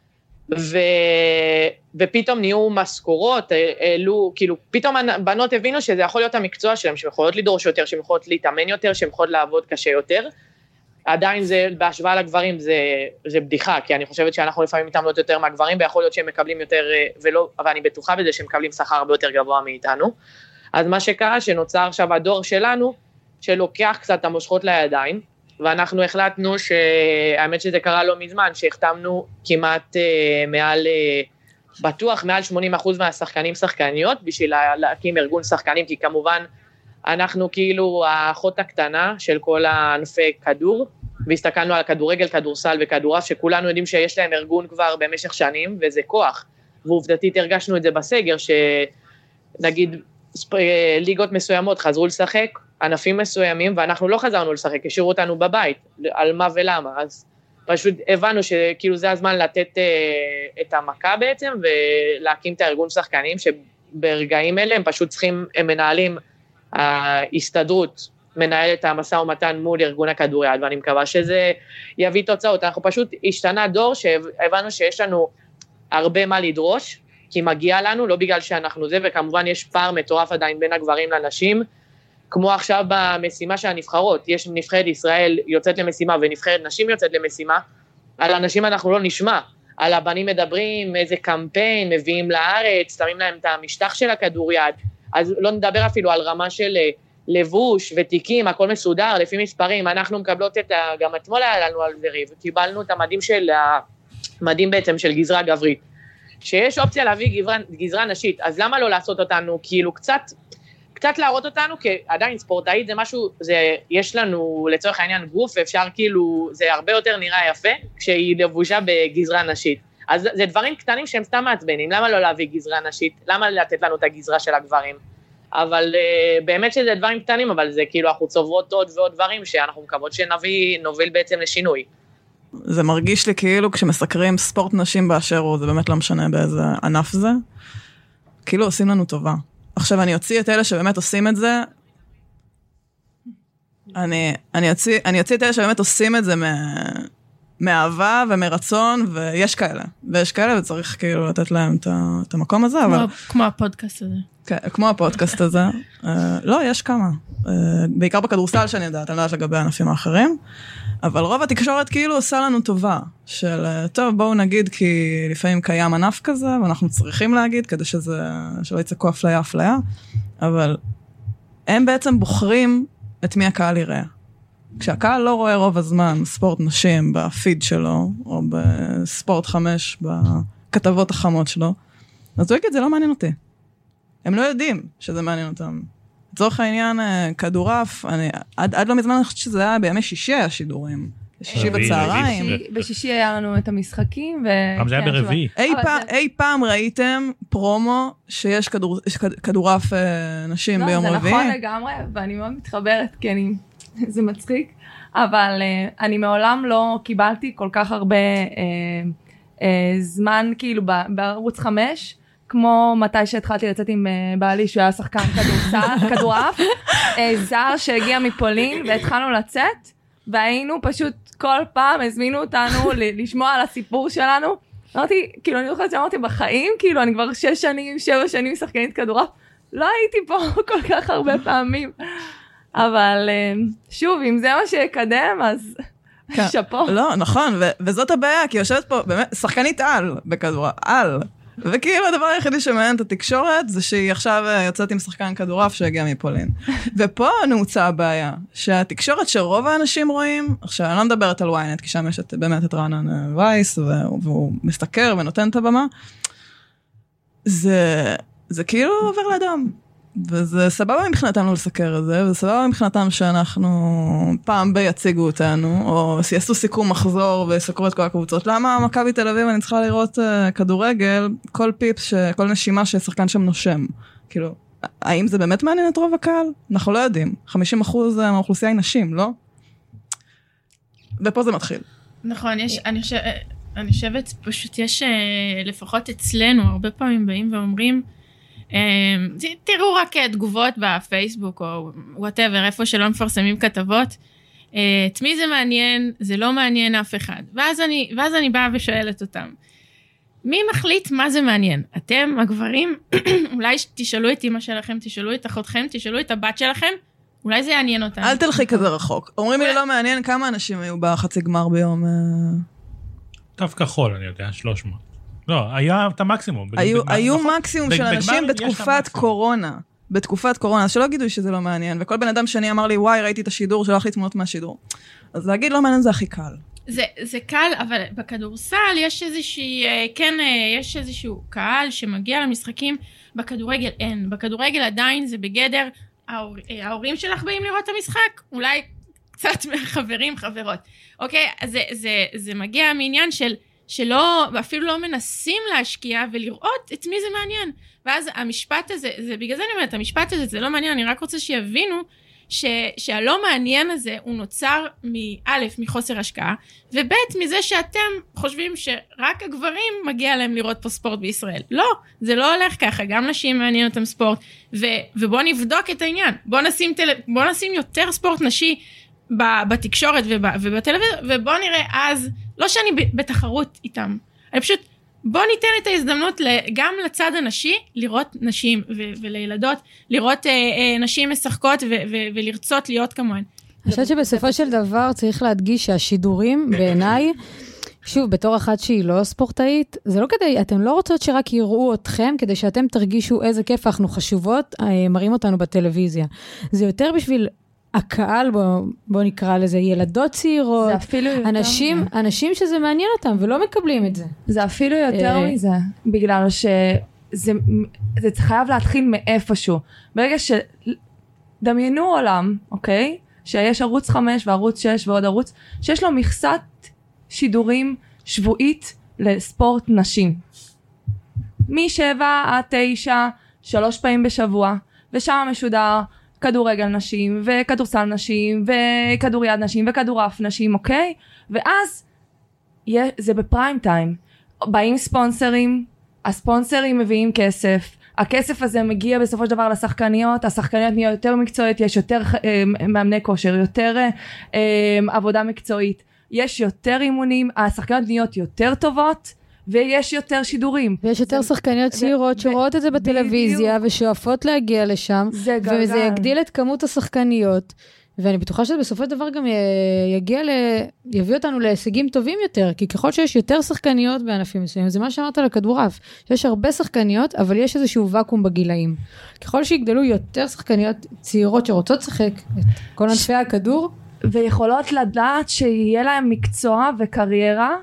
ופתאום נהיו משכורות, כאילו, פתאום בנות הבינו שזה יכול להיות המקצוע שלהם, שהן יכולות לדרוש יותר, שהן יכולות להתאמן יותר, שהן יכולות לעבוד קשה יותר. עדיין זה, בהשוואה לגברים, זה בדיחה, כי אני חושבת שאנחנו לפעמים מתאמנות יותר מהגברים, ויכול להיות שהם מקבלים יותר, אבל אני בטוחה בזה שהם מקבלים שכר הרבה יותר גבוה מאיתנו. אז מה שקרה, שנוצר עכשיו הדור שלנו, שלוקח קצת המושכות לידיים, ואנחנו החלטנו שהאמת שזה קרה לא מזמן, שהחתמנו כמעט בטוח מעל 80% מהשחקנים שחקניות, בשביל להקים ארגון שחקנים, כי כמובן אנחנו כאילו האחות הקטנה של כל הענפי כדור, והסתכלנו על כדורגל, כדורסל וכדורעף, שכולנו יודעים שיש להם ארגון כבר במשך שנים, וזה כוח. ועובדתית הרגשנו את זה בסגר, שנגיד ליגות מסוימות חזרו לשחק, ענפים מסוימים, ואנחנו לא חזרנו לשחק, השאירו אותנו בבית, על מה ולמה, אז פשוט הבנו שכאילו זה הזמן לתת את המכה בעצם, ולהקים את הארגון שחקנים, שברגעים אלה הם פשוט צריכים, הם מנהלים, ההסתדרות מנהלת את המשא ומתן מול ארגון הכדוריד, ואני מקווה שזה יביא תוצאות. אנחנו פשוט השתנה דור שהבנו שיש לנו הרבה מה לדרוש, כי מגיע לנו, לא בגלל שאנחנו זה, וכמובן יש פער מטורף עדיין בין הגברים לנשים, כמו עכשיו במשימה של הנבחרות, יש נבחרת ישראל יוצאת למשימה, ונבחרת נשים יוצאת למשימה, על הנשים אנחנו לא נשמע, על הבנים מדברים, איזה קמפיין, מביאים לארץ, שמים להם את המשטח של הכדוריד, אז לא נדבר אפילו על רמה של לבוש ותיקים, הכל מסודר, לפי מספרים, אנחנו מקבלות גם אתמול היה לנו על זה ריב, קיבלנו את המדים בעצם של גזרה גברית, שיש אופציה להביא גזרה נשית, אז למה לא לעשות אותנו, כאילו קצת להראות אותנו, כי עדיין ספורטאית זה משהו, יש לנו לצורך העניין גוף, אפשר כאילו, זה הרבה יותר נראה יפה, כשהיא לבושה בגזרה נשית, אז זה דברים קטנים שהם סתם מעצבנים, למה לא להביא גזרה נשית, למה לתת לנו את הגזרה של הגברים, אבל באמת שזה דברים קטנים, אבל זה כאילו אנחנו צוברות עוד ועוד דברים, שאנחנו מקוות שנוביל בעצם לשינוי. זה מרגיש לי כאילו כשמסקרים ספורט נשים באשר הוא, זה באמת לא משנה באיזה ענף זה, כאילו עושים לנו טובה. עכשיו אני אוציא את אלה שבאמת עושים את זה, אני אוציא את אלה שבאמת עושים את זה מאהבה ומרצון, ויש כאלה וצריך כאילו לתת להם את המקום הזה, אבל... כמו הפודקאסט הזה. כן, כמו הפודקאסט הזה. לא, יש כמה. בעיקר בכדורסל שאני יודעת, אני יודעת לגבי הענפים האחרים, אבל רוב התקשורת כאילו עושה לנו טובה, של טוב בואו נגיד כי לפעמים קיים ענף כזה, ואנחנו צריכים להגיד כדי שלא יצקו אפליה, אבל הם בעצם בוחרים את מי הקהל יראה. כשהקהל לא רואה רוב הזמן ספורט נשים בפיד שלו, או בספורט 5 בכתבות החמות שלו, אז הוא יגיד, זה לא מעניין אותי. הם לא יודעים שזה מעניין אותם. לצורך העניין, כדורעף, עד לא מזמן אני חושבת שזה היה בימי שישי השידורים. שישי בצהריים. בשישי היה לנו את המשחקים. פעם זה היה ברביעי. אי פעם ראיתם פרומו שיש כדורעף נשים ביום רביעי? זה נכון לגמרי, ואני מאוד מתחברת, כי זה מצחיק, אבל אני מעולם לא קיבלתי כל כך הרבה זמן, כאילו בערוץ 5, כמו מתי שהתחלתי לצאת עם בעלי, שהוא היה שחקן כדורעף, זר שהגיע מפולין, והתחלנו לצאת, והיינו פשוט כל פעם, הזמינו אותנו לשמוע על הסיפור שלנו, אמרתי, כאילו אני זוכרת שאמרתי בחיים, כאילו אני כבר 6 שנים, 7 שנים שחקנית כדורעף, לא הייתי פה כל כך הרבה פעמים, אבל שוב, אם זה מה שיקדם, אז שפו. לא, נכון, וזאת הבעיה, כי יושבת פה, באמת, שחקנית על בכדורעף, על. וכאילו הדבר היחידי שמעניין את התקשורת, זה שהיא עכשיו יוצאת עם שחקן כדורעף שהגיע מפולין. ופה נעוצה הבעיה, שהתקשורת שרוב האנשים רואים, עכשיו אני לא מדברת על וויינט, כי שם יש באמת את רענן וייס, והוא מסתכל ונותן את הבמה, זה כאילו עובר לאדם. וזה סבבה מבחינתנו לסקר את זה, וזה סבבה מבחינתם שאנחנו פעם ביציגו אותנו, או יעשו סיכום מחזור ויסקרו את כל הקבוצות. למה מכבי תל אביב אני צריכה לראות כדורגל, כל פיפס, כל נשימה ששחקן שם נושם? כאילו, האם זה באמת מעניין את רוב הקהל? אנחנו לא יודעים. 50% מהאוכלוסייה היא נשים, לא? ופה זה מתחיל. נכון, אני חושבת, פשוט יש, לפחות אצלנו, הרבה פעמים באים ואומרים, תראו רק תגובות בפייסבוק או whatever, איפה שלא מפרסמים כתבות, את מי זה מעניין, זה לא מעניין אף אחד. ואז אני באה ושואלת אותם, מי מחליט מה זה מעניין? אתם, הגברים, אולי תשאלו את אמא שלכם, תשאלו את אחותכם, תשאלו את הבת שלכם, אולי זה יעניין אותם. אל תלכי כזה רחוק. אומרים לי לא מעניין, כמה אנשים היו בחצי גמר ביום? קו כחול, אני יודע, 300. לא, היה את המקסימום. היו מקסימום של אנשים בתקופת קורונה. בתקופת קורונה, אז שלא יגידו שזה לא מעניין, וכל בן אדם שני אמר לי, וואי, ראיתי את השידור, שלח לי תמונות מהשידור. אז להגיד לא מעניין זה הכי קל. זה קל, אבל בכדורסל יש יש איזשהו קהל שמגיע למשחקים, בכדורגל אין. בכדורגל עדיין זה בגדר, ההורים שלך באים לראות את המשחק, אולי קצת חברים, חברות. אוקיי, אז זה מגיע מעניין שלא, אפילו לא מנסים להשקיע ולראות את מי זה מעניין. ואז המשפט הזה, בגלל זה אני אומרת, המשפט הזה זה לא מעניין, אני רק רוצה שיבינו שהלא מעניין הזה הוא נוצר מאלף, מחוסר השקעה, ובית מזה שאתם חושבים שרק הגברים מגיע להם לראות פה ספורט בישראל. לא, זה לא הולך ככה, גם נשים מעניין אותם ספורט, ובוא נבדוק את העניין, בוא נשים יותר ספורט נשי בתקשורת ובטלוויזיה, ובוא נראה אז, לא שאני בתחרות איתם, אני פשוט, בוא ניתן את ההזדמנות גם לצד הנשי, לראות נשים ולילדות, לראות נשים משחקות ולרצות להיות כמוהן. אני חושבת שבסופו של דבר צריך להדגיש שהשידורים בעיניי, שוב, בתור אחת שהיא לא ספורטאית, זה לא כדי, אתם לא רוצות שרק יראו אתכם, כדי שאתם תרגישו איזה כיף אנחנו חשובות, מראים אותנו בטלוויזיה. זה יותר בשביל הקהל, בוא נקרא לזה, ילדות צעירות, אנשים שזה מעניין אותם, ולא מקבלים את זה. זה אפילו יותר מזה, בגלל שזה חייב להתחיל מאיפשהו. ברגע שדמיינו עולם, אוקיי? שיש ערוץ 5 וערוץ 6 ועוד ערוץ, שיש לו מכסת שידורים שבועית לספורט נשים. מ7 עד 9, 3 פעמים בשבוע, ושם משודר כדורגל נשים, וכדורסל נשים, וכדוריד נשים, וכדורעף נשים, אוקיי? ואז זה בפריים טיים. באים ספונסרים, הספונסרים מביאים כסף, הכסף הזה מגיע בסופו של דבר לשחקניות, השחקניות נהיה יותר מקצועית, יש יותר מאמני כושר, יותר עבודה מקצועית, יש יותר אימונים, השחקניות נהיות יותר טובות, ויש יותר שידורים. ויש יותר שחקניות צעירות שרואות את זה בטלוויזיה, ושואפות להגיע לשם, וזה יגדיל את כמות השחקניות, ואני בטוחה שבסופו של דבר גם יביא אותנו להישגים טובים יותר, כי ככל שיש יותר שחקניות בענפים מסוימים, זה מה שאמרת לכדורעף, שיש הרבה שחקניות, אבל יש איזשהו ואקום בגילאים. ככל שיגדלו יותר שחקניות צעירות שרוצות לשחק את כל ענפי הכדור, ויכולות לדעת שיהיה להם מקצוע וקריירה,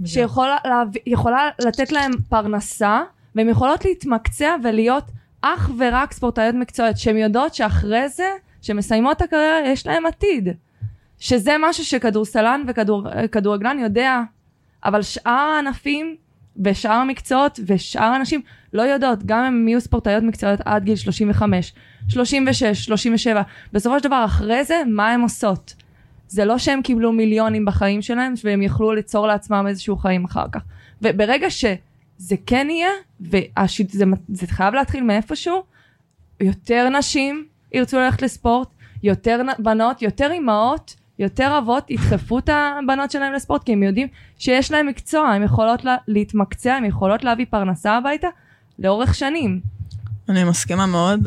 שיכולה לתת להם פרנסה, והן יכולות להתמקצע ולהיות אך ורק ספורטאיות מקצועיות, שהן יודעות שאחרי זה, שמסיימות הקריירה, יש להם עתיד. שזה משהו שכדורסלן וכדורגלן יודע, אבל שאר הענפים ושאר המקצועות ושאר האנשים לא יודעות, גם הם יהיו ספורטאיות מקצועיות עד גיל 35, 36, 37, בסופו של דבר אחרי זה, מה הם עושות? זה לא שהם קיבלו מיליונים בחיים שלהם, והם יכלו ליצור לעצמם איזשהו חיים אחר כך. וברגע שזה כן יהיה, וזה חייב להתחיל מאיפשהו, יותר נשים ירצו ללכת לספורט, יותר בנות, יותר אימהות, יותר אבות, ידחפו את הבנות שלהם לספורט, כי הם יודעים שיש להם מקצוע, הם יכולות להתמקצע, הם יכולות להביא פרנסה הביתה, לאורך שנים. אני מסכימה מאוד,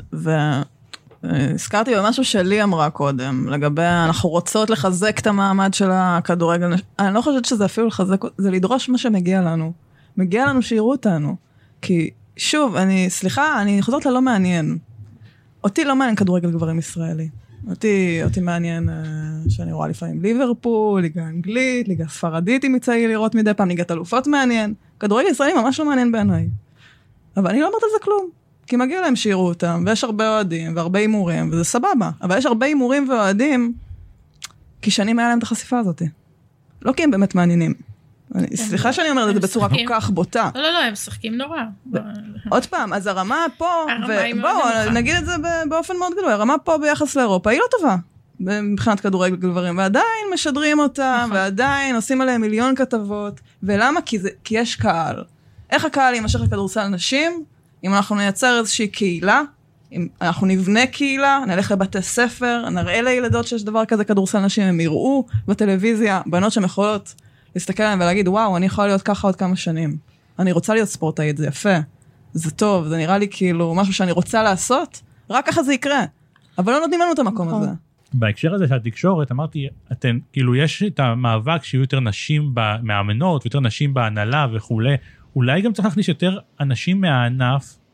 הזכרתי במשהו שלי אמרה קודם, לגבי אנחנו רוצות לחזק את המעמד של הכדורגל, אני לא חושבת שזה אפילו לחזק, זה לדרוש מה שמגיע לנו. מגיע לנו שיראו אותנו. כי שוב, אני חוזרת ללא מעניין. אותי לא מעניין כדורגל גברים ישראלי. אותי מעניין שאני רואה לפעמים ליברפול, ליגה אנגלית, ליגה ספרדית אם יצא לי לראות מדי פעם, ליגת אלופות מעניין. כדורגל ישראלי ממש לא מעניין בעיניי. אבל אני לא אומרת על זה כלום. כי מגיע להם שיראו אותם, ויש הרבה אוהדים, והרבה אימורים, וזה סבבה. אבל יש הרבה אימורים ואוהדים, כי שנים היה להם את החשיפה הזאת. לא כי הם באמת מעניינים. סליחה שאני אומרת את זה בצורה כל כך בוטה. לא, הם משחקים נורא. עוד פעם, אז הרמה פה, ובואו, נגיד את זה באופן מאוד גדול, הרמה פה ביחס לאירופה היא לא טובה, מבחינת כדורגל גברים, ועדיין משדרים אותם, ועדיין עושים עליהם מיליון כתבות, ולמה? כי יש קהל. איך הקהל יימשך לכדורסל נשים? אם אנחנו נייצר איזושהי קהילה, אם אנחנו נבנה קהילה, נלך לבתי ספר, נראה לילדות שיש דבר כזה כדורסל נשים, הם יראו בטלוויזיה, בנות שהן יכולות להסתכל עליהם ולהגיד, וואו, אני יכולה להיות ככה עוד כמה שנים. אני רוצה להיות ספורטאית, זה יפה, זה טוב, זה נראה לי כאילו משהו שאני רוצה לעשות, רק ככה זה יקרה. אבל לא נותנים לנו את המקום הזה. בהקשר הזה של התקשורת, אמרתי, אתן, כאילו יש את המאבק שיהיו יותר נשים במאמנות, ויותר נשים בהנהלה וכו'. אולי גם צריך להכניס יותר אנשים מהענף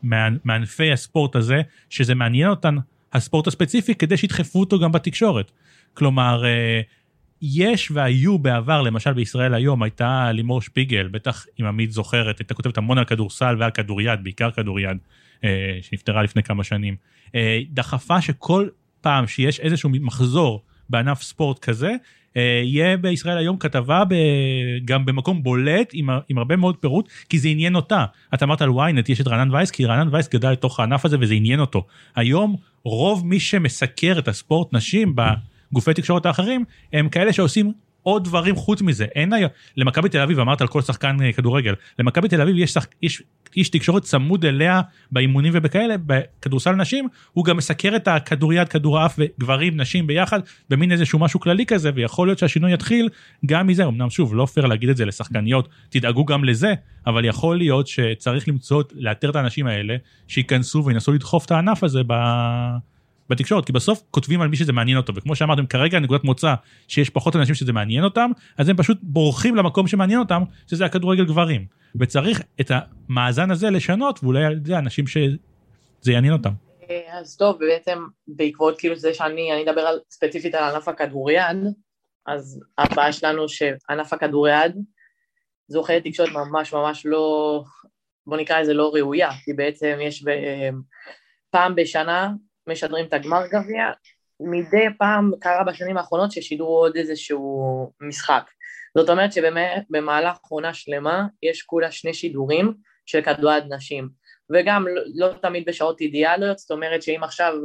מענפי הספורט הזה, שזה מעניין אותן הספורט הספציפי, כדי שידחפו אותו גם בתקשורת. כלומר, יש והיו בעבר, למשל בישראל היום, הייתה לימור שפיגל, בטח אם עמית זוכרת, הייתה כותבת המון על כדורסל ועל כדוריד, בעיקר כדוריד, שנפטרה לפני כמה שנים. דחפה שכל פעם שיש איזשהו מחזור בענף ספורט כזה, יהיה בישראל היום כתבה גם במקום בולט עם הרבה מאוד פירוט, כי זה עניין אותה. אתה אמרת על וויינט, יש את רענן וייס, כי רענן וייס גדל לתוך הענף הזה וזה עניין אותו. היום רוב מי שמסקר את הספורט נשים בגופי תקשורת האחרים, הם כאלה שעושים עוד דברים חוץ מזה. אין היום, למכבי תל אביב, אמרת על כל שחקן כדורגל, למכבי תל אביב יש איש תקשורת צמוד אליה באימונים ובכאלה, בכדורסל נשים, הוא גם מסקר את הכדוריד, כדורעף וגברים, נשים ביחד, במין איזשהו משהו כללי כזה, ויכול להיות שהשינוי יתחיל גם מזה, אמנם שוב, לא פייר להגיד את זה לשחקניות, תדאגו גם לזה, אבל יכול להיות שצריך לאתר את האנשים האלה, שיכנסו וינסו לדחוף את הענף הזה בתקשורת, כי בסוף כותבים על מי שזה מעניין אותו, וכמו שאמרתם, כרגע נקודת מוצא שיש פחות אנשים שזה מעניין אותם, אז הם פשוט בורחים למקום שמעניין אותם, שזה הכדורגל גברים. וצריך את המאזן הזה לשנות, ואולי על זה אנשים שזה יעניין אותם. אז טוב, בעצם בעקבות כאילו זה שאני אדבר ספציפית על ענף הכדוריד, אז הבעיה שלנו שענף הכדוריד זוכה לתקשורת ממש ממש לא, בוא נקרא לזה לא ראויה, כי בעצם יש פעם בשנה משדרים את הגמר גביע, מדי פעם קרה בשנים האחרונות ששידרו עוד איזשהו משחק. זאת אומרת שבמהלך עונה שלמה יש כולה 2 שידורים של כדוריד נשים, וגם לא תמיד בשעות אידיאליות, זאת אומרת שאם עכשיו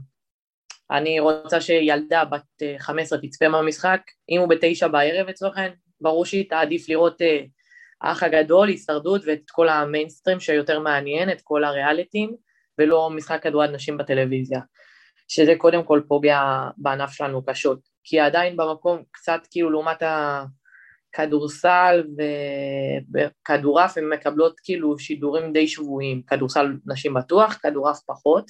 אני רוצה שילדה בת 15 תצפה מהמשחק, אם הוא ב9 בערב אצלכן, ברור שהיא תעדיף לראות האח הגדול, הישרדות ואת כל המיינסטרים שיותר מעניין, את כל הריאליטים, ולא משחק כדוריד נשים בטלוויזיה, שזה קודם כל פוגע בענף שלנו קשות, כי עדיין במקום קצת כאילו לעומת הכדורסל וכדורעף, הן מקבלות כאילו שידורים די שבועים, כדורסל נשים בטוח, כדורעף פחות,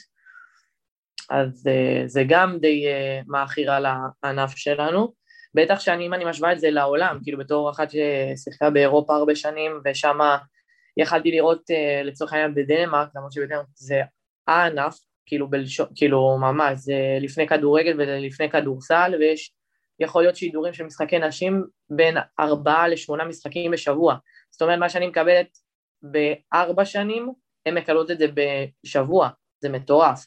אז זה גם די מאחיר על הענף שלנו, בטח שאני משווה את זה לעולם, כאילו בתור אחת ששיחקה באירופה הרבה שנים, ושם יכלתי לראות לצורך העניין בדנמרק, למרות שבדנמרק זה הענף, כאילו ממש, זה לפני כדורגל ולפני כדורסל, ויש יכול להיות שידורים של משחקי נשים בין 4 ל8 משחקים בשבוע. זאת אומרת, מה שאני מקבלת ב4 שנים, הם מקבלות את זה בשבוע. זה מטורף.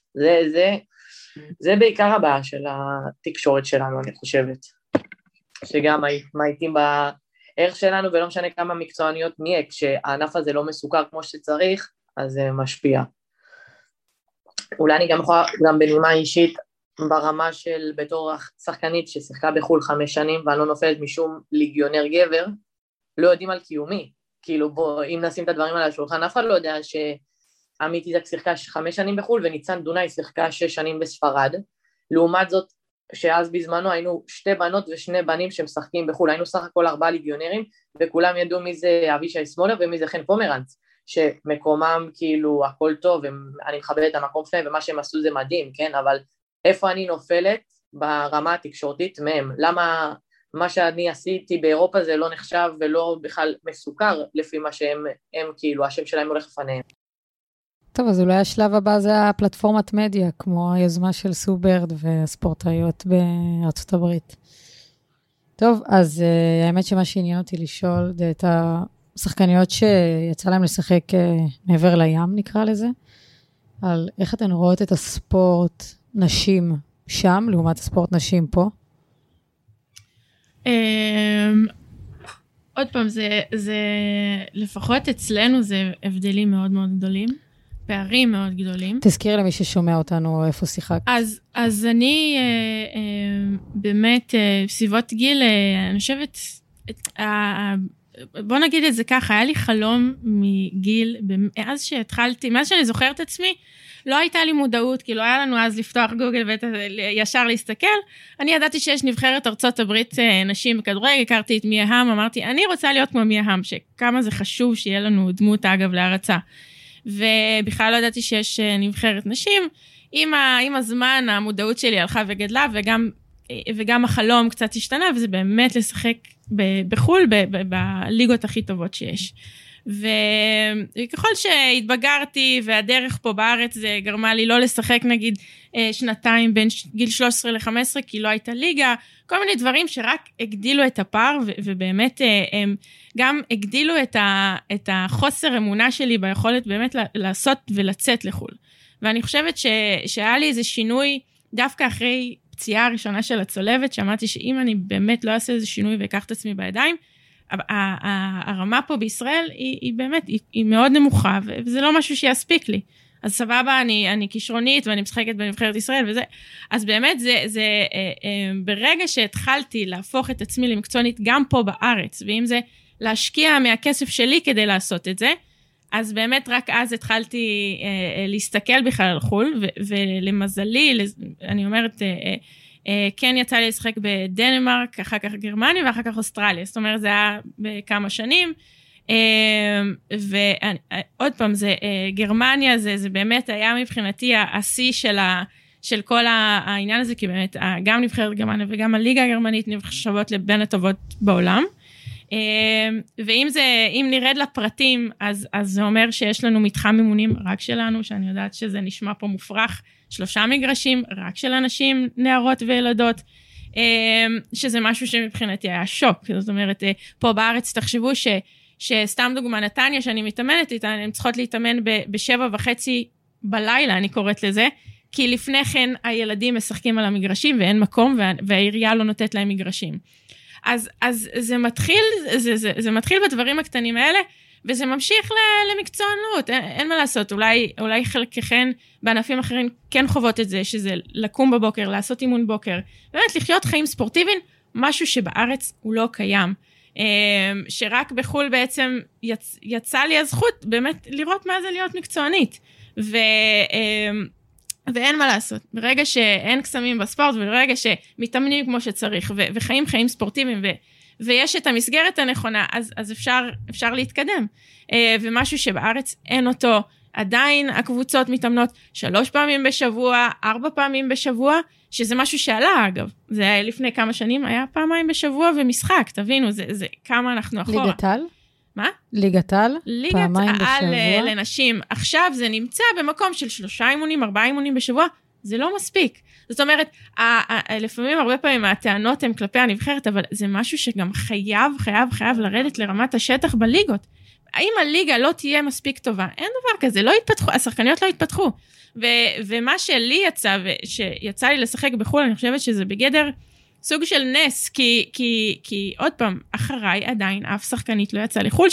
זה בעיקר הבעיה של התקשורת שלנו, אני חושבת. שגם מעיטים בערך שלנו, ולא משנה כמה מקצועניות נהיה, כשהענף הזה לא מסוכר כמו שצריך, אז זה משפיע. אולי אני גם יכולה, גם בנימה אישית, ברמה של בתור שחקנית ששיחקה בחול 5 שנים, ואני לא נופלת משום ליגיונר גבר, לא יודעים על קיומי. כאילו בוא, אם נשים את הדברים על השולחן, אף אחד לא יודע שעמית איזק שיחקה 5 שנים בחול, וניצן דונאי שיחקה 6 שנים בספרד. לעומת זאת, שאז בזמנו היינו 2 בנות ו2 בנים שמשחקים בחול, היינו סך הכל 4 ליגיונרים, וכולם ידעו מי זה אבישי סמולר ומי זה חן פומרנץ, שמקומם כאילו הכל טוב, אני מכבד את המקום שלהם, ומה שהם עשו זה מדהים, כן? אבל איפה אני נופלת ברמה התקשורתית מהם? למה מה שאני עשיתי באירופה זה לא נחשב ולא בכלל מסוכר לפי מה שהם כאילו, השם שלהם הולך לפניהם. טוב, אז אולי השלב הבא זה הפלטפורמת מדיה, כמו היוזמה של סו ברד והספורטאיות בארצות הברית. טוב, אז האמת שמה שעניין אותי לשאול, זה את השחקניות שיצא להם לשחק מעבר לים, נקרא לזה, על איך אתן רואות את הספורט נשים שם, לעומת הספורט נשים פה? עוד פעם, זה לפחות אצלנו זה הבדלים מאוד מאוד גדולים, פערים מאוד גדולים. תזכיר למי ששומע אותנו איפה שיחקת. אז אני באמת סביבות גיל, אני חושבת, בוא נגיד את זה ככה, היה לי חלום מגיל, מאז שהתחלתי, מאז שאני זוכרת את עצמי, לא הייתה לי מודעות, כי לא היה לנו אז לפתוח גוגל וישר להסתכל. אני ידעתי שיש נבחרת ארצות הברית נשים בכדורגל, הכרתי את מיה האם, אמרתי, אני רוצה להיות כמו מיה האם, שכמה זה חשוב שיהיה לנו דמות אגב להרצה. ובכלל לא ידעתי שיש נבחרת נשים. עם הזמן המודעות שלי הלכה וגדלה, וגם החלום קצת השתנה, וזה באמת לשחק בחול, בליגות הכי טובות שיש. וככל שהתבגרתי והדרך פה בארץ זה גרמה לי לא לשחק נגיד שנתיים בין גיל 13 ל-15 כי לא הייתה ליגה, כל מיני דברים שרק הגדילו את הפער ובאמת הם גם הגדילו את החוסר אמונה שלי ביכולת באמת לעשות ולצאת לחול. ואני חושבת שהיה לי איזה שינוי דווקא אחרי פציעה הראשונה של הצולבת, שאמרתי שאם אני באמת לא אעשה איזה שינוי ויקח את עצמי בידיים, הרמה פה בישראל היא באמת, היא מאוד נמוכה, וזה לא משהו שיספיק לי. אז סבבה, אני כישרונית ואני משחקת בנבחרת ישראל וזה, אז באמת זה ברגע שהתחלתי להפוך את עצמי למקצוענית גם פה בארץ, ואם זה להשקיע מהכסף שלי כדי לעשות את זה, אז באמת רק אז התחלתי להסתכל בכלל על חול, ולמזלי, אני אומרת, כן יצא לי לשחק בדנמרק, אחר כך גרמניה ואחר כך אוסטרליה, זאת אומרת זה היה בכמה שנים, ועוד פעם, גרמניה זה באמת היה מבחינתי השיא של כל העניין הזה, כי באמת גם נבחרת גרמניה וגם הליגה הגרמנית נחשבות לבין הטובות בעולם, ואם נרד לפרטים, אז זה אומר שיש לנו מתחם אימונים רק שלנו, שאני יודעת שזה נשמע פה מופרך, 3 מגרשים, רק של אנשים, נערות וילדות, שזה משהו שמבחינתי היה שוק, זאת אומרת, פה בארץ תחשבו שסתם דוגמה נתניה, שאני מתאמנת איתה, הן צריכות להתאמן ב7:30 בלילה, אני קוראת לזה, כי לפני כן הילדים משחקים על המגרשים, ואין מקום, והעירייה לא נותנת להם מגרשים. אז זה מתחיל בדברים הקטנים האלה, וזה ממשיך למקצוענות, אין מה לעשות, אולי חלקכן בענפים אחרים כן חוות את זה, שזה לקום בבוקר, לעשות אימון בוקר, באמת לחיות חיים ספורטיביים, משהו שבארץ הוא לא קיים, שרק בחול בעצם יצא לי הזכות באמת לראות מה זה להיות מקצוענית, ואין מה לעשות, ברגע שאין קסמים בספורט, וברגע שמתאמנים כמו שצריך, וחיים חיים ספורטיביים, ויש את המסגרת הנכונה, אז אפשר להתקדם, ומשהו שבארץ אין אותו, עדיין הקבוצות מתאמנות 3 פעמים בשבוע, 4 פעמים בשבוע, שזה משהו שעלה אגב, זה היה לפני כמה שנים, היה 2 פעמים בשבוע ומשחק, תבינו, זה כמה אנחנו אחורה. ליגת העל? מה? ליגת העל? ליגת העל לנשים, עכשיו זה נמצא במקום של 3 אימונים, 4 אימונים בשבוע, זה לא מספיק. זאת אומרת, לפעמים הרבה פעמים הטענות הן כלפי הנבחרת, אבל זה משהו שגם חייב לרדת לרמת השטח בליגות. האם הליגה לא תהיה מספיק טובה? אין דבר כזה, לא יתפתחו, השחקניות לא יתפתחו. ומה שלי שיצא לי לשחק בחו"ל, אני חושבת שזה בגדר סוג של נס, כי עוד פעם, אחריי עדיין אף שחקנית לא יצא לחו"ל,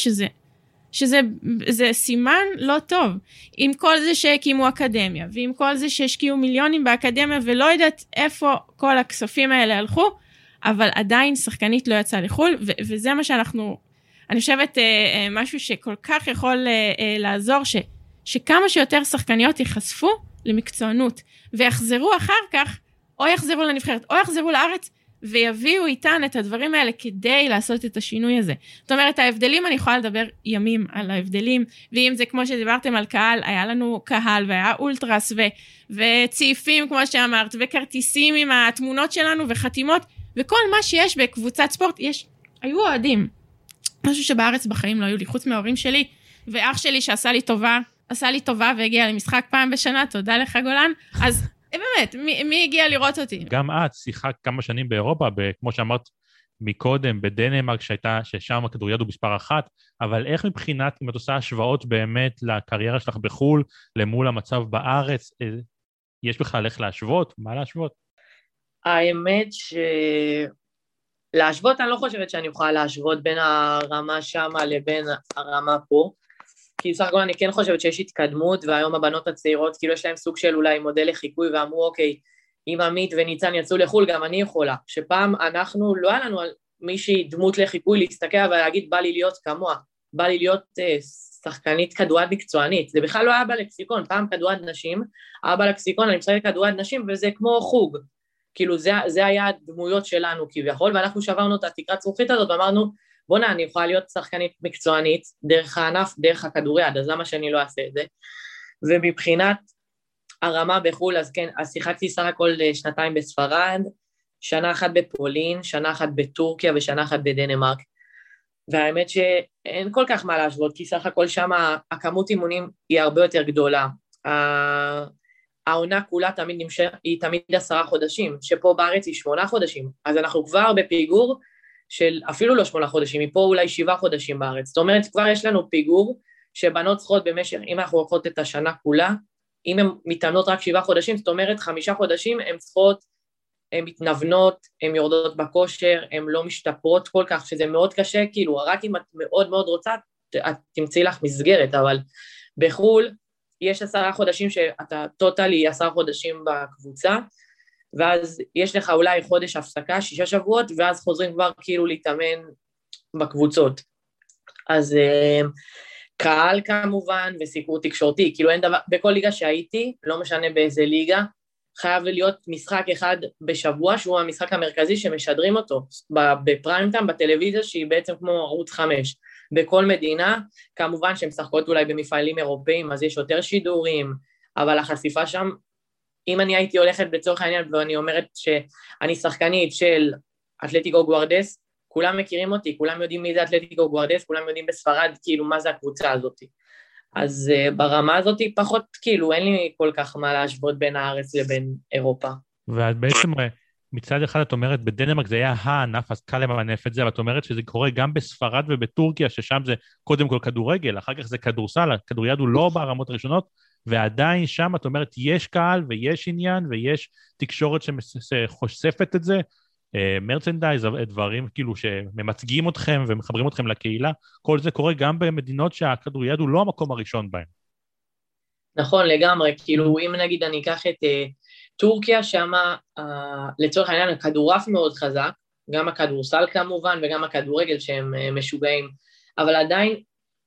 שזה סימן לא טוב, עם כל זה שהקימו אקדמיה, ועם כל זה שהשקיעו מיליונים באקדמיה, ולא יודעת איפה כל הכספים האלה הלכו, אבל עדיין שחקנית לא יצאה לחו"ל, וזה מה שאנחנו, אני חושבת משהו שכל כך יכול לעזור, שכמה שיותר שחקניות ייחשפו למקצוענות, ויחזרו אחר כך, או יחזרו לנבחרת, או יחזרו לארץ, ויביאו איתן את הדברים האלה כדי לעשות את השינוי הזה. זאת אומרת, ההבדלים, אני יכולה לדבר ימים על ההבדלים, ואם זה כמו שדיברתם על קהל, היה לנו קהל, והיה אולטרס, וצעיפים, כמו שאמרת, וכרטיסים עם התמונות שלנו, וחתימות, וכל מה שיש בקבוצת ספורט, היו אוהדים. משהו שבארץ בחיים לא היו לי, חוץ מההורים שלי, ואח שלי שעשה לי טובה, והגיע למשחק פעם בשנה, תודה לך גולן, אז באמת, מי הגיע לראות אותי? גם את שיחקת כמה שנים באירופה, כמו שאמרת מקודם, בדנמרק, ששם הכדוריד הוא מספר 1, אבל איך מבחינת, אם את עושה השוואות באמת לקריירה שלך בחול, למול המצב בארץ, יש בכלל איך להשוות? מה להשוות? האמת להשוות, אני לא חושבת שאני אוכל להשוות בין הרמה שמה לבין הרמה פה, כי סך הכל אני כן חושבת שיש התקדמות, והיום הבנות הצעירות, כאילו יש להם סוג של אולי מודל לחיקוי, ואמרו, אוקיי, אם עמית וניצן יצאו לחול, גם אני יכולה. שפעם אנחנו, לא היה לנו מישהי דמות לחיקוי להסתכל, ולהגיד, בא לי להיות כמוה, בא לי להיות שחקנית כדוריד מקצוענית. זה בכלל לא היה בלקסיקון, פעם כדוריד נשים, היה בלקסיקון, אני משחקת כדוריד נשים, וזה כמו חוג. כאילו זה היה הדמויות שלנו כביכול, ואנחנו שברנו את התקרת זכוכית הזאת, ואמרנו, בונה, אני יכולה להיות שחקנית מקצוענית, דרך הענף, דרך הכדוריד, אז למה שאני לא אעשה את זה? ומבחינת הרמה בחול, אז כן, אז שיחקתי סך הכל 2 בספרד, 1 שנה בפולין, 1 שנה בטורקיה, ו1 שנה בדנמרק. והאמת שאין כל כך מה להשוות, כי סך הכל שם הכמות אימונים היא הרבה יותר גדולה. העונה כולה היא תמיד 10 חודשים, שפה בארץ היא 8 חודשים, אז אנחנו כבר בפיגור של אפילו לא 8 חודשים, מפה אולי 7 חודשים בארץ. זאת אומרת, כבר יש לנו פיגור שבנות צריכות במשך, אם אנחנו לוקחות את השנה כולה, אם הן מתאמנות רק 7 חודשים, זאת אומרת 5 חודשים הן צריכות, הן מתנוונות, הן יורדות בכושר, הן לא משתפרות כל כך, שזה מאוד קשה, כאילו רק אם את מאוד מאוד רוצה, את תמצאי לך מסגרת, אבל בחול יש 10 חודשים שאתה טוטלי 10 חודשים בקבוצה, ואז יש לך אולי חודש הפסקה, 6 שבועות, ואז חוזרים כבר כאילו להתאמן בקבוצות. אז קהל כמובן, וסיקור תקשורתי, כאילו אין דבר, בכל ליגה שהייתי, לא משנה באיזה ליגה, חייב להיות משחק אחד בשבוע, שהוא המשחק המרכזי שמשדרים אותו, בפריים טיים, בטלוויזיה, שהיא בעצם כמו ערוץ 5, בכל מדינה, כמובן שהן משחקות אולי במפעלים אירופאים, אז יש יותר שידורים, אבל החשיפה שם, אם אני הייתי הולכת בצורך העניין, ואני אומרת שאני שחקנית של אתלטיקו גוארדס, כולם מכירים אותי, כולם יודעים מי זה אתלטיקו גוארדס, כולם יודעים בספרד, כאילו, מה זה הקבוצה הזאת. אז ברמה הזאת פחות, כאילו, אין לי כל כך מה להשוות בין הארץ לבין אירופה. ואת בעצם, מצד אחד את אומרת, בדנמרק זה היה הענף, אז קל למנף את זה, אבל את אומרת שזה קורה גם בספרד ובטורקיה, ששם זה קודם כל כדורגל, אחר כך זה כדורסל, כדוריד הוא לא ברמות הראשונות, ועדיין שם את אומרת, יש קהל ויש עניין, ויש תקשורת שחושפת את זה, מרצ'נדייז, דברים כאילו שממצגים אתכם ומחברים אתכם לקהילה, כל זה קורה גם במדינות שהכדוריד הוא לא המקום הראשון בהם. נכון, לגמרי, כאילו אם נגיד אני אקח את טורקיה, שם לצורך העניין הכדורף מאוד חזק, גם הכדורסל כמובן וגם הכדורגל שהם משוגעים, אבל עדיין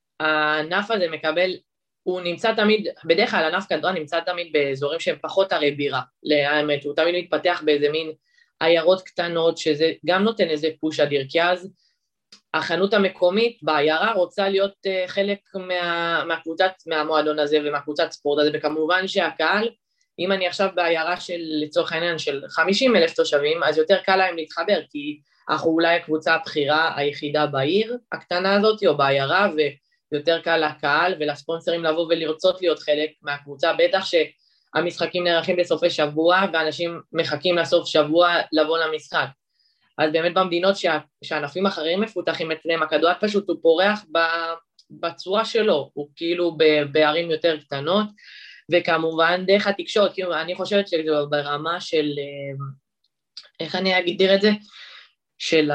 הענף הזה מקבל, הוא נמצא תמיד, בדרך כלל ענף כדורסל נמצא תמיד באזורים שהם פחות הרי בירה, לאמת, הוא תמיד מתפתח באיזה מין עיירות קטנות, שזה גם נותן איזה פוש אדיר, כי אז החנות המקומית בעיירה רוצה להיות חלק מהקבוצת, מהמועדון הזה ומהקבוצת ספורט הזה, וכמובן שהקהל, אם אני עכשיו בעיירה של, לצורך העניין של 50,000 תושבים, אז יותר קל להם להתחבר, כי אנחנו אולי הקבוצה הבחירה היחידה בעיר הקטנה הזאת, או בעיירה, ויותר קל לקהל ולספונסרים לבוא ולרצות להיות חלק מהקבוצה, בטח שהמשחקים נערכים בסופי שבוע, ואנשים מחכים לסוף שבוע לבוא למשחק. אז באמת במדינות שהענפים אחרים מפותחים אצלם, הכדורגל פשוט הוא פורח בצורה שלו, הוא כאילו בערים יותר קטנות, וכמובן דרך התקשורת, כאילו אני חושבת שזה ברמה של, איך אני אגדיר את זה? של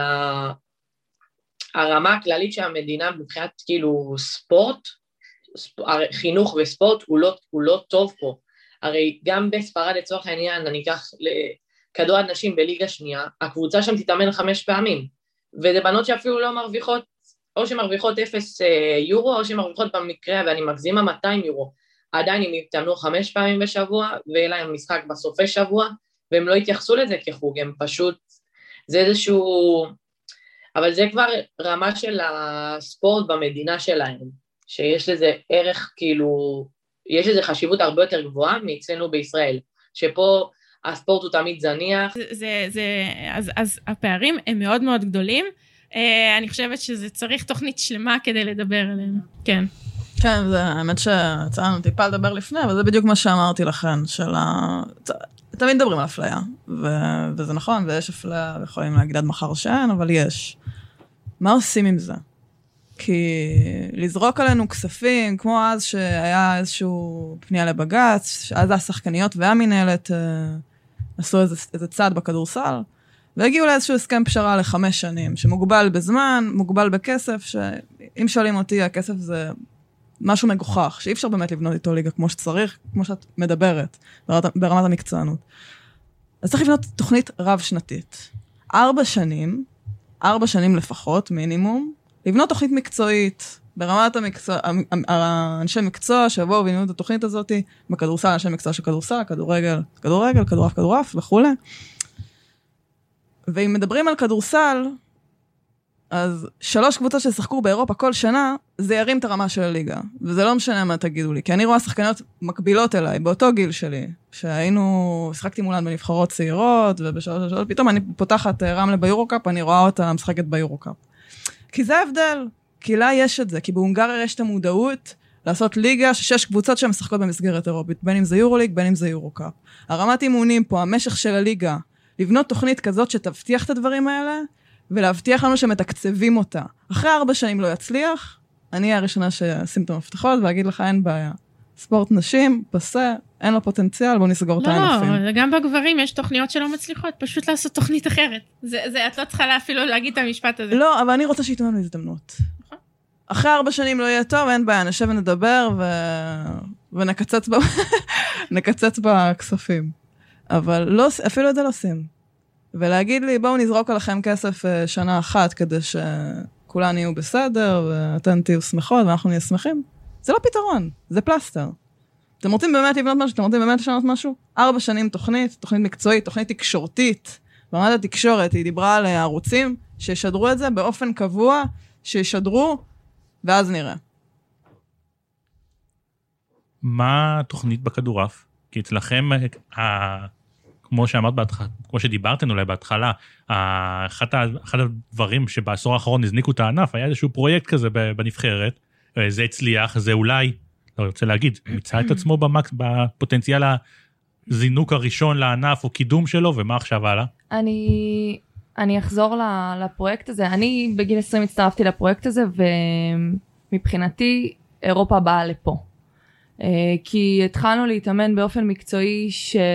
הרמה הכללית שהמדינה מבחינת כאילו ספורט, חינוך וספורט הוא לא טוב פה, הרי גם בספרד לצורך העניין, אני אקח כדוריד נשים בליגה שנייה, הקבוצה שם תתאמן 5 פעמים, וזה בנות שאפילו לא מרוויחות, או שמרוויחות 0 יורו, או שמרוויחות במקרה, ואני מגזימה 200 יורו, עדיין הם יתאמנו 5 פעמים בשבוע, ויהיה להם משחק בסופי שבוע, והם לא יתייחסו לזה כחוג, הם פשוט, זה איזשהו, אבל זה כבר רמה של הספורט במדינה שלהם, שיש לזה ערך כאילו, יש לזה חשיבות הרבה יותר גבוהה מאצלנו בישראל, שפה הספורט הוא תמיד זניח. אז הפערים הם מאוד מאוד גדולים, אני חושבת שזה צריך תוכנית שלמה כדי לדבר עליהם, כן. כן, זה האמת שהצענו טיפה לדבר לפני, אבל זה בדיוק מה שאמרתי לכן, תמיד מדברים על אפליה, וזה נכון, ויש אפליה, ויכולים להגיד עד מחר שאין, אבל יש. מה עושים עם זה? כי לזרוק עלינו כספים, כמו אז שהיה איזשהו פנייה לבג"ץ, שאז השחקניות והמנהלת עשו איזה צעד בכדורסל, והגיעו לאיזשהו הסכם פשרה ל5 שנים, שמוגבל בזמן, מוגבל בכסף, שאם שואלים אותי, הכסף זה משהו מגוחך, שאי אפשר באמת לבנות איתו ליגה כמו שצריך, כמו שאת מדברת, ברמת המקצוענות. אז צריך לבנות תוכנית רב-שנתית. 4 שנים לפחות, מינימום, לבנות תוכנית מקצועית, ברמת אנשי מקצוע שיבואו ויבנו את התוכנית הזאת, בכדורסל, אנשי מקצוע של כדורסל, כדורגל, כדורעף, וכו'. ואם מדברים על כדורסל, אז 3 קבוצות ששחקו באירופה כל שנה, זה ירים את הרמה של הליגה. וזה לא משנה מה תגידו לי, כי אני רואה שחקניות מקבילות אליי, באותו גיל שלי, שחקתי מולן בנבחרות צעירות, ובשלוש, פתאום אני פותחת רמלה ביורוקאפ, אני רואה אותה משחקת ביורוקאפ. כי זה ההבדל. כי לה יש את זה, כי בהונגריה יש את המודעות לעשות ליגה ששש קבוצות שהן משחקות במסגרת אירופית, בין אם זה יורוליג, בין אם זה יורוקאפ. הרמת אימונים פה, המשך של הליגה, לבנות תוכנית כזאת שתבטיח את הדברים האלה, ולהבטיח לנו שמתקצבים אותה. אחרי 4 שנים לא יצליח, אני הראשונה שאשים את המפתחות, ואגיד לך אין בעיה. ספורט נשים, פסה, אין לו פוטנציאל, בוא נסגור את הענפים. לא, גם בגברים יש תוכניות שלא מצליחות, פשוט לעשות תוכנית אחרת. את לא צריכה אפילו להגיד את המשפט הזה. לא, אבל אני רוצה שייתנו לנו הזדמנות. אחרי 4 שנים לא יהיה טוב, אין בעיה, נשב ונדבר ונקצץ בכספים. אבל לא, אפילו את זה לא עושים. ולהגיד לי, בואו נזרוק עליכם כסף שנה אחת, כדי שכולן יהיו בסדר, ואתן תהיו שמחות, ואנחנו נהיה שמחים. זה לא פתרון, זה פלסטר. אתם רוצים באמת לבנות משהו? אתם רוצים באמת לשנות משהו? 4 שנים תוכנית מקצועית, תוכנית תקשורתית. ברמת התקשורת, היא דיברה על הערוצים, שישדרו את זה באופן קבוע, שישדרו, ואז נראה. מה התוכנית בכדורעף? כי אצלכם, כמו שאמרת בהתחלה, כמו שדיברתם אולי בהתחלה, אחד הדברים שבעשור האחרון הזניקו את הענף, היה איזשהו פרויקט כזה בנבחרת, זה הצליח, זה אולי, לא רוצה להגיד, מצא את עצמו בפוטנציאל הזינוק הראשון לענף, או קידום שלו, ומה עכשיו הלאה? אני אחזור לפרויקט הזה. אני בגיל 20 הצטרפתי לפרויקט הזה, ומבחינתי אירופה באה לפה. כי התחלנו להתאמן באופן מקצועי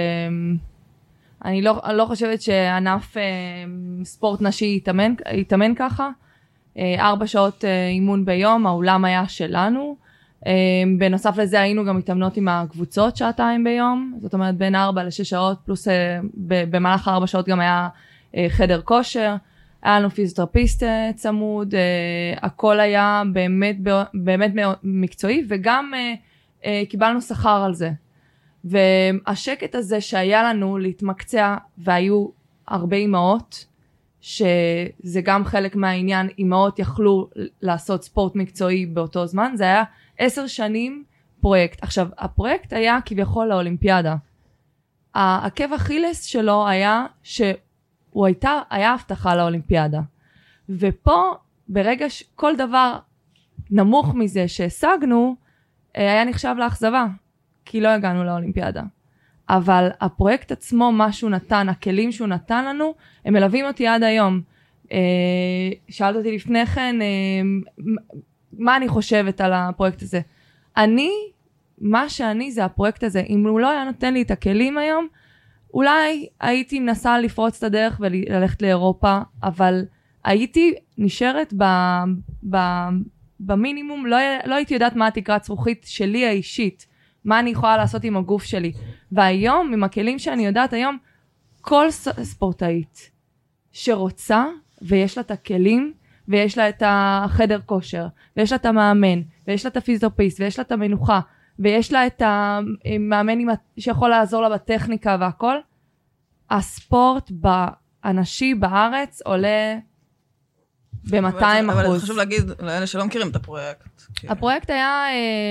אני לא חושבת שענף ספורט נשי יתאמן ככה. 4 שעות אימון ביום, האולם היה שלנו. בנוסף לזה היינו גם מתאמנות עם הקבוצות 2 שעות ביום, זאת אומרת בין 4 ל-6 שעות, פלוס במהלך 4 שעות גם היה חדר כושר, היה לנו פיזיותרפיסט צמוד, הכל היה באמת מקצועי, וגם קיבלנו שכר על זה. והשקט הזה שהיה לנו להתמקצע, והיו הרבה אימהות, שזה גם חלק מהעניין, אימהות יכלו לעשות ספורט מקצועי באותו זמן, זה היה 10 שנים פרויקט. עכשיו, הפרויקט היה כביכול לאולימפיאדה. העקב אכילס שלו היה שהוא היה הבטחה לאולימפיאדה. ופה, ברגע כל דבר נמוך מזה שהשגנו, היה נחשב לאכזבה, כי לא הגענו לאולימפיאדה. אבל הפרויקט עצמו, מה שהוא נתן, הכלים שהוא נתן לנו, הם מלווים אותי עד היום. שאלת אותי לפני כן, מה אני חושבת על הפרויקט הזה? מה שאני זה הפרויקט הזה. אם הוא לא היה נותן לי את הכלים היום, אולי הייתי מנסה לפרוץ את הדרך וללכת לאירופה, אבל הייתי נשארת במינימום, לא הייתי יודעת מה התקרת זכוכית שלי האישית, מה אני יכולה לעשות עם הגוף שלי. והיום, עם הכלים שאני יודעת היום, כל ספורטאית שרוצה, ויש לה את הכלים, ויש לה את החדר כושר, ויש לה את המאמן, ויש לה את הפיזיותרפיסט, ויש לה את המנוחה, ויש לה את המאמן שיכול לעזור לה בטכניקה והכל, הספורט הנשי בארץ עולה ב-200%. אבל חשוב להגיד לאלה שלא מכירים את הפרויקט. הפרויקט היה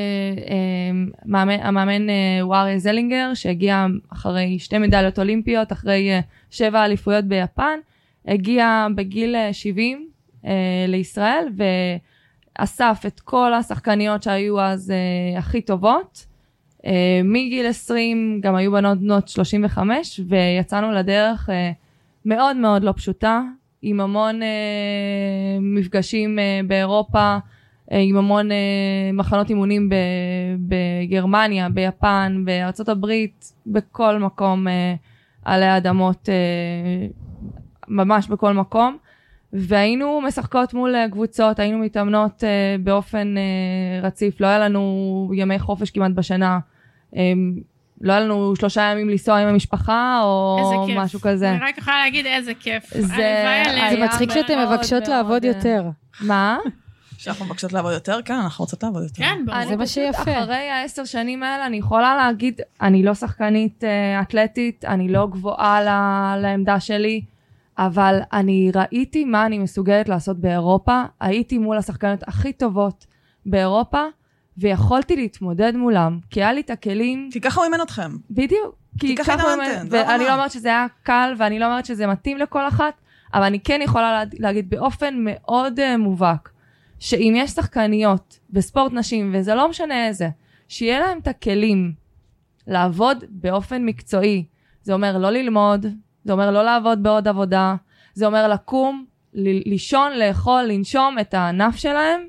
המאמן ווארי זלינגר, שהגיע אחרי 2 מדליות אולימפיות, אחרי 7 אליפויות ביפן, הגיע בגיל 70 לישראל, ואסף את כל השחקניות שהיו אז הכי טובות. מגיל 20 גם היו בנות 35, ויצאנו לדרך מאוד מאוד לא פשוטה, עם המון מפגשים באירופה, עם המון מחנות אימונים בגרמניה, ביפן, בארצות הברית, בכל מקום עלי האדמות, ממש בכל מקום. והיינו משחקות מול קבוצות, היינו מתאמנות באופן רציף, לא היה לנו ימי חופש כמעט בשנה, לא היה לנו 3 ימים לנסוע עם המשפחה או משהו כזה. אני רק יכולה להגיד איזה כיף. זה מצחיק שאתם מבקשות לעבוד יותר. מה? שאנחנו מבקשות לעבוד יותר? כן, אנחנו רוצות לעבוד יותר. כן, ברור. זה מה שיפה. אחרי 10 שנים האלה אני יכולה להגיד, אני לא שחקנית אתלטית, אני לא גבוהה לעמדה שלי, אבל אני ראיתי מה אני מסוגלת לעשות באירופה, הייתי מול השחקנות הכי טובות באירופה, ויכולתי להתמודד מולם, כי היה לי את הכלים... כי ככה הוא אימן אתכם. בדיוק. כי ככה הוא אימן, ואני לא אומרת שזה היה קל, ואני לא אומרת שזה מתאים לכל אחת, אבל אני כן יכולה להגיד באופן מאוד מובהק, שאם יש שחקניות בספורט נשים, וזה לא משנה איזה, שיהיה להם את הכלים לעבוד באופן מקצועי, זה אומר לא ללמוד, זה אומר לא לעבוד בעוד עבודה, זה אומר לקום, לישון, לאכול, לנשום את הענף שלהם,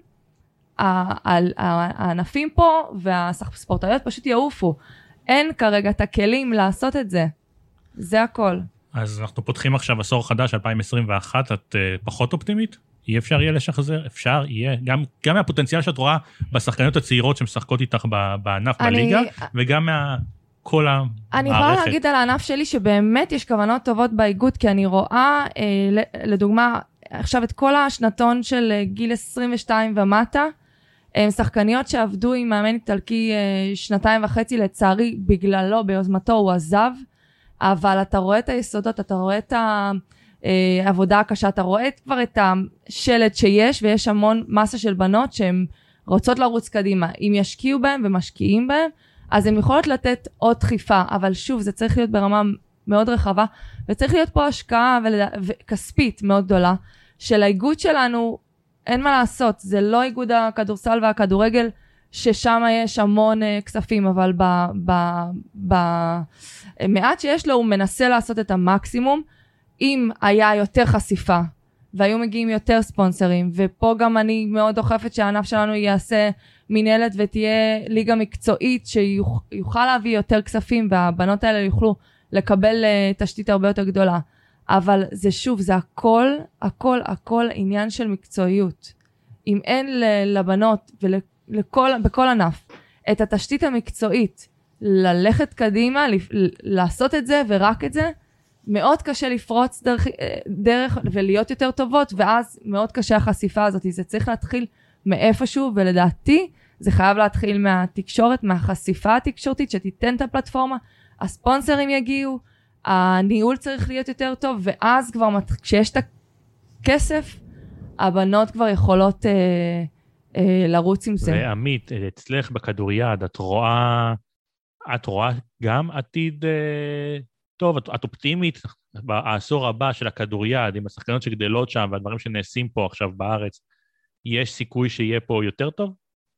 הענפים פה והספורטאיות פשוט יעופו. אין כרגע את הכלים לעשות את זה. זה הכל. אז אנחנו פותחים עכשיו עשור חדש, 2021, את פחות אופטימית? אי אפשר יהיה לשחזר? אפשר יהיה. גם מהפוטנציאל שאת רואה בשחקניות הצעירות שמשחקות איתך בענף בליגה, וגם כל המערכת. אני יכולה להגיד על הענף שלי שבאמת יש כוונות טובות באיגוד, כי אני רואה, לדוגמה, עכשיו את כל השנתון של גיל 22 ומטה, הם שחקניות שעבדו עם מאמן איטלקי 2.5, לצערי בגללו, ביוזמתו הוא עזב, אבל אתה רואה את היסודות, אתה רואה את העבודה הקשה, אתה רואה כבר את השלט שיש, ויש המון מסה של בנות שהן רוצות לרוץ קדימה. אם ישקיעו בהם ומשקיעים בהם, אז הן יכולות לתת עוד דחיפה, אבל שוב, זה צריך להיות ברמה מאוד רחבה, וצריך להיות פה השקעה וכספית מאוד גדולה, של האיגוד שלנו, אין מה לעשות, זה לא איגוד הכדורסל והכדורגל, ששם יש המון כספים, אבל במעט שיש לו, הוא מנסה לעשות את המקסימום, אם היה יותר חשיפה, והיו מגיעים יותר ספונסרים, ופה גם אני מאוד דוחפת שהענף שלנו יעשה מנהלת, ותהיה ליגה מקצועית, שיוכל להביא יותר כספים, והבנות האלה יוכלו לקבל תשתית הרבה יותר גדולה. אבל זה שוב, זה הכל עניין של מקצועיות. אם אין לבנות בכל ענף את התשתית המקצועית ללכת קדימה, לעשות את זה ורק את זה, מאוד קשה לפרוץ דרך ולהיות יותר טובות, ואז מאוד קשה החשיפה הזאת. זה צריך להתחיל מאיפשהו, ולדעתי זה חייב להתחיל מהתקשורת, מהחשיפה התקשורתית שתיתן את הפלטפורמה, הספונסרים יגיעו, הניהול צריך להיות יותר טוב, ואז כבר כשיש את הכסף, הבנות כבר יכולות לרוץ עם זה. ועמית, אצלך בכדוריד, את רואה גם עתיד טוב, את אופטימית בעשור הבא של הכדוריד, עם השחקנות שגדלות שם, והדברים שנעשים פה עכשיו בארץ, יש סיכוי שיהיה פה יותר טוב?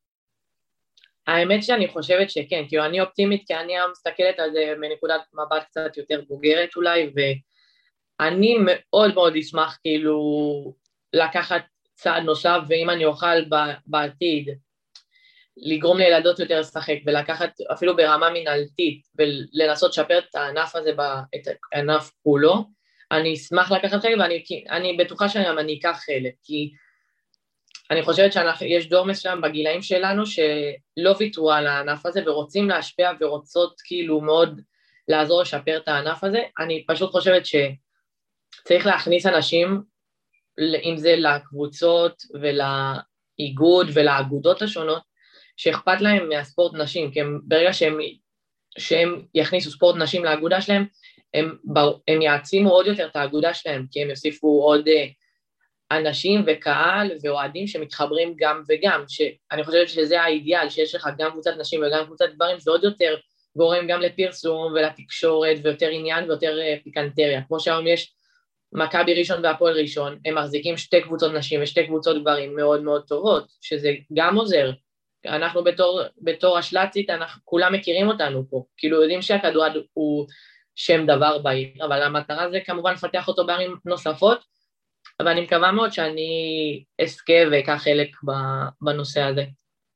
האמת שאני חושבת שכן, כאילו אני אופטימית, כי אני מסתכלת על זה מנקודת מבט קצת יותר בוגרת אולי, ואני מאוד מאוד אשמח כאילו לקחת צעד נוסף, ואם אני אוכל בעתיד לגרום לילדות יותר לשחק, ולקחת אפילו ברמה מנהלתית, ולנסות לשפר את הענף הזה, את הענף כולו, אני אשמח לקחת חלק, ואני בטוחה שאני אקח חלק, כי אני חושבת שיש דור מסוים בגילאים שלנו שלא ויתרו על הענף הזה ורוצים להשפיע ורוצות כאילו מאוד לעזור לשפר את הענף הזה. אני פשוט חושבת שצריך להכניס אנשים, אם זה לקבוצות ולאיגוד ולאגודות השונות, שאכפת להם מהספורט נשים, כי ברגע שהם יכניסו ספורט נשים לאגודה שלהם, הם יעצימו עוד יותר את האגודה שלהם, כי הם יוסיפו עוד אנשים וקהל ואוהדים שמתחברים גם וגם, שאני חושבת שזה האידיאל, שיש לך גם קבוצת נשים וגם קבוצת גברים, זה עוד יותר גורם גם לפרסום ולתקשורת ויותר עניין ויותר פיקנטריה, כמו שהיום יש מכבי ראשון והפועל ראשון, הם מחזיקים שתי קבוצות נשים ושתי קבוצות גברים מאוד מאוד טובות, שזה גם עוזר. אנחנו בתור השלצית, כולם מכירים אותנו פה, כאילו יודעים שהכדוריד הוא שם דבר בעיר, אבל המטרה זה כמובן לפתח אותו בערים נוספות, אבל אני מקווה מאוד שאני אזכה ואקח חלק בנושא הזה.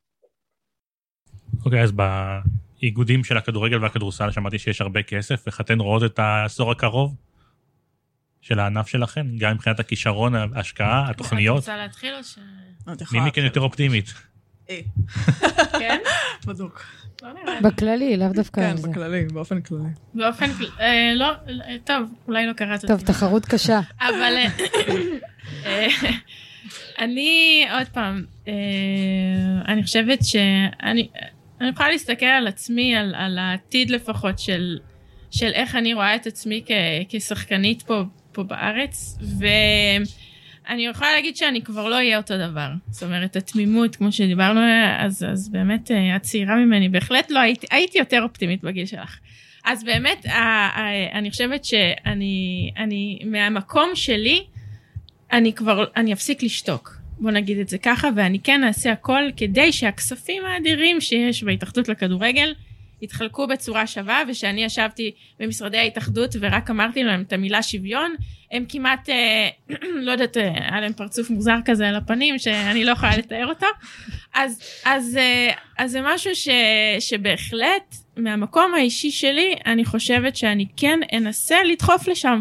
אוקיי, אז באיגודים של הכדורגל והכדורסל שמעתי שיש הרבה כסף, איך אתן רואות את העשור הקרוב של הענף שלכם, גם מבחינת הכישרון, ההשקעה, התוכניות? את רוצה להתחיל או ש... מי מכן יותר אופטימית? כן? בדוק. בכללי, לאו דווקא כן, על זה. בכללי, באופן כללי. באופן כללי, לא, טוב, אולי לא קראת אותי. טוב, תחרות קשה. אבל אני, עוד פעם, אני חושבת שאני יכולה להסתכל על עצמי, על העתיד לפחות של איך אני רואה את עצמי כשחקנית פה בארץ, אני יכולה להגיד שאני כבר לא אהיה אותו דבר. זאת אומרת, התמימות, כמו שדיברנו, אז באמת, הצעירה ממני, בהחלט לא הייתי יותר אופטימית בגיל שלך. אז באמת, אני חושבת שאני מהמקום שלי, אני אפסיק לשתוק. בוא נגיד את זה ככה, ואני כן אעשה הכל כדי שהכספים האדירים שיש בהתאחדות לכדורגל, התחלקו בצורה שווה, ושאני ישבתי במשרדי ההתאחדות, ורק אמרתי להם את המילה שוויון, הם כמעט, לא יודעת, היה להם פרצוף מוזר כזה על הפנים, שאני לא יכולה לתאר אותו, אז זה משהו שבהחלט, מהמקום האישי שלי, אני חושבת שאני כן אנסה לדחוף לשם,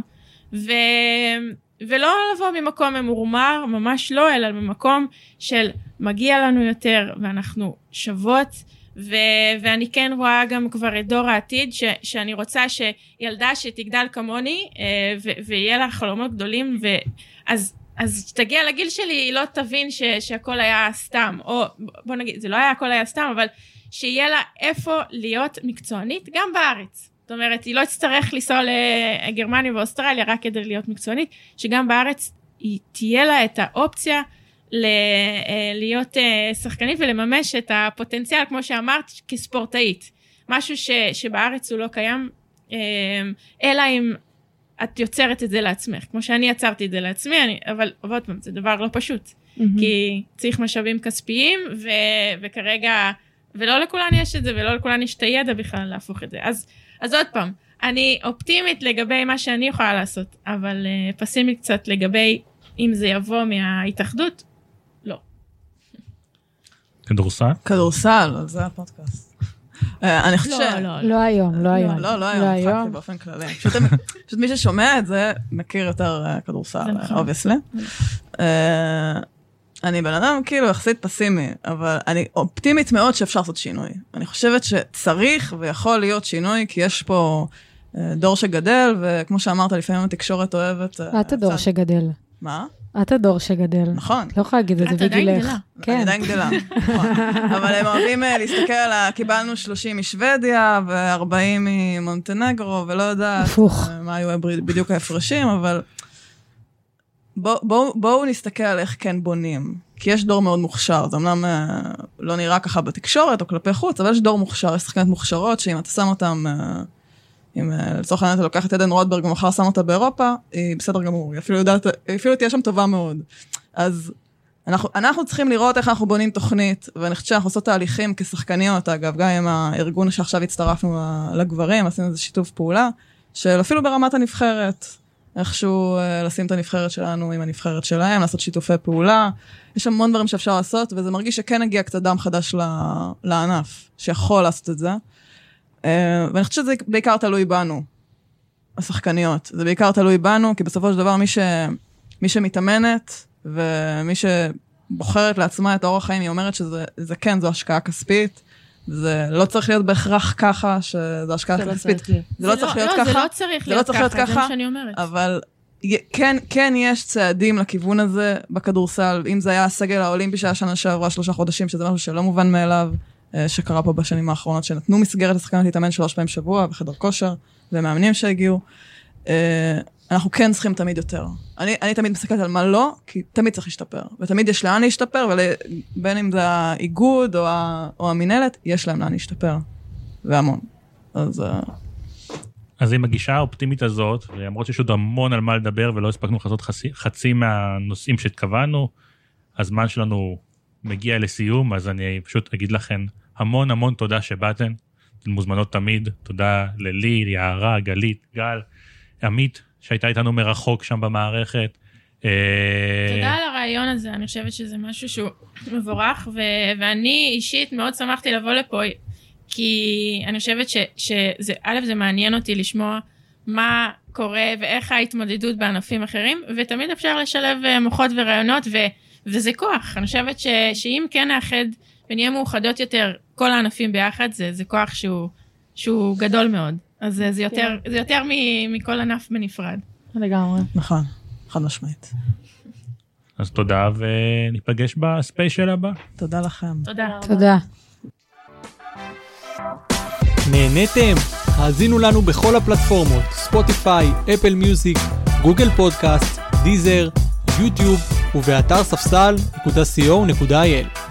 ולא לבוא ממקום ממורמר, ממש לא, אלא ממקום של מגיע לנו יותר, ואנחנו שוות, ואני כן רואה גם כבר את דור העתיד, שאני רוצה שילדה שתגדל כמוני, ויהיה לה חלומות גדולים, אז תגיע לגיל שלי, היא לא תבין שהכל היה סתם, או בוא נגיד, זה לא היה הכל היה סתם, אבל שיהיה לה איפה להיות מקצוענית, גם בארץ. זאת אומרת, היא לא תצטרך לנסוע לגרמניה ואוסטרליה, רק כדי להיות מקצוענית, שגם בארץ היא תהיה לה את האופציה, להיות שחקנית ולממש את הפוטנציאל, כמו שאמרת, כספורטאית. משהו שבארץ הוא לא קיים, אלא אם את יוצרת את זה לעצמך. כמו שאני יצרתי את זה לעצמי, אבל עוד פעם, זה דבר לא פשוט. כי צריך משאבים כספיים, וכרגע, ולא לכולן יש את זה, ולא לכולן יש את הידע בכלל להפוך את זה. אז עוד פעם, אני אופטימית לגבי מה שאני יכולה לעשות, אבל פסימית קצת לגבי אם זה יבוא מההתאחדות, לא. כדורסל? כדורסל, זה הפודקאסט. אני חושבת לא היום, לא היום. לא היום, באופן כללי. פשוט מי ששומע את זה, מכיר יותר כדורסל, obviously. אני בן אדם כאילו יחסית פסימי, אבל אני אופטימית מאוד שאפשר לעשות שינוי. אני חושבת שצריך ויכול להיות שינוי, כי יש פה דור שגדל, וכמו שאמרת, לפעמים התקשורת אוהבת... את הדור שגדל. מה? את הדור שגדל. נכון. לא יכולה להגיד את זה בגילך. אני עדיין גדלה. אבל הם אוהבים להסתכל על, קיבלנו 30 משוודיה, ו40 ממונטנגרו, ולא יודעת מה היו בדיוק ההפרשים, אבל בואו נסתכל על איך כן בונים. כי יש דור מאוד מוכשר, זה אמנם לא נראה ככה בתקשורת או כלפי חוץ, אבל יש דור מוכשר, יש שחקניות מוכשרות, שאם אתה שם אותם... אם לצורך העניין אתה לוקח את עדן רוטברג ומחר שם אותה באירופה, היא בסדר גמור, היא אפילו תהיה שם טובה מאוד. אז אנחנו צריכים לראות איך אנחנו בונים תוכנית, ואני חושבת שאנחנו עושות תהליכים כשחקניות, אגב, גם עם הארגון שעכשיו הצטרפנו לגברים, עשינו איזה שיתוף פעולה, של אפילו ברמת הנבחרת, איכשהו לשים את הנבחרת שלנו עם הנבחרת שלהם, לעשות שיתופי פעולה, יש המון דברים שאפשר לעשות, וזה מרגיש שכן הגיע קצת דם חדש לענף, שיכול לעשות את זה. ואני חושבת שזה בעיקר תלוי בנו, השחקניות. זה בעיקר תלוי בנו, כי בסופו של דבר מי שמתאמנת, ומי שבוחרת לעצמה את האורח חיים, היא אומרת שזה כן, זו השקעה כספית, זה לא צריך להיות בהכרח ככה, שזו השקעה כספית. זה לא צריך להיות ככה. זה לא צריך להיות ככה, זה מה שאני אומרת. אבל כן יש צעדים לכיוון הזה בכדורסל, אם זה היה הסגל האולימפי שהיה שנה שעברה 3 חודשים, שזה משהו שלא מובן מאליו, שקרה פה בשנים האחרונות, שנתנו מסגרת לשחקנות להתאמן 3 פעמים בשבוע, בחדר כושר, ומאמנים שהגיעו. אנחנו כן צריכים תמיד יותר. אני תמיד מסתכלת על מה לא, כי תמיד צריך להשתפר. ותמיד יש לאן להשתפר, ובין אם זה האיגוד או המנהלת, יש להם לאן להשתפר. והמון. אז עם הגישה האופטימית הזאת, למרות שיש עוד המון על מה לדבר, ולא הספקנו לעשות חצי מהנושאים שהתכוונו, הזמן שלנו מגיע לסיום, אז אני פשוט אגיד לכם המון המון תודה שבאתן, אתן מוזמנות תמיד, תודה ללי, יערה, גלית, גל, עמית, שהייתה איתנו מרחוק שם במערכת. תודה על הרעיון הזה, אני חושבת שזה משהו שהוא מבורך, ואני אישית מאוד שמחתי לבוא לפה, כי אני חושבת שזה, א', זה מעניין אותי לשמוע מה קורה, ואיך ההתמודדות בענפים אחרים, ותמיד אפשר לשלב מוחות ורעיונות, וזה כוח. אני חושבת שאם כן נאחד ונהיה מאוחדות יותר, כל הענפים ביחד, זה כוח שהוא גדול מאוד. אז זה יותר מכל ענף בנפרד. לגמרי. נכון, חד משמעית. אז תודה, וניפגש בספיישל הבא. תודה לכם. תודה. נהניתם? האזינו לנו בכל הפלטפורמות, ספוטיפיי, אפל מיוזיק, גוגל פודקאסט, דיזר, יוטיוב ובאתר ספסל.co.il.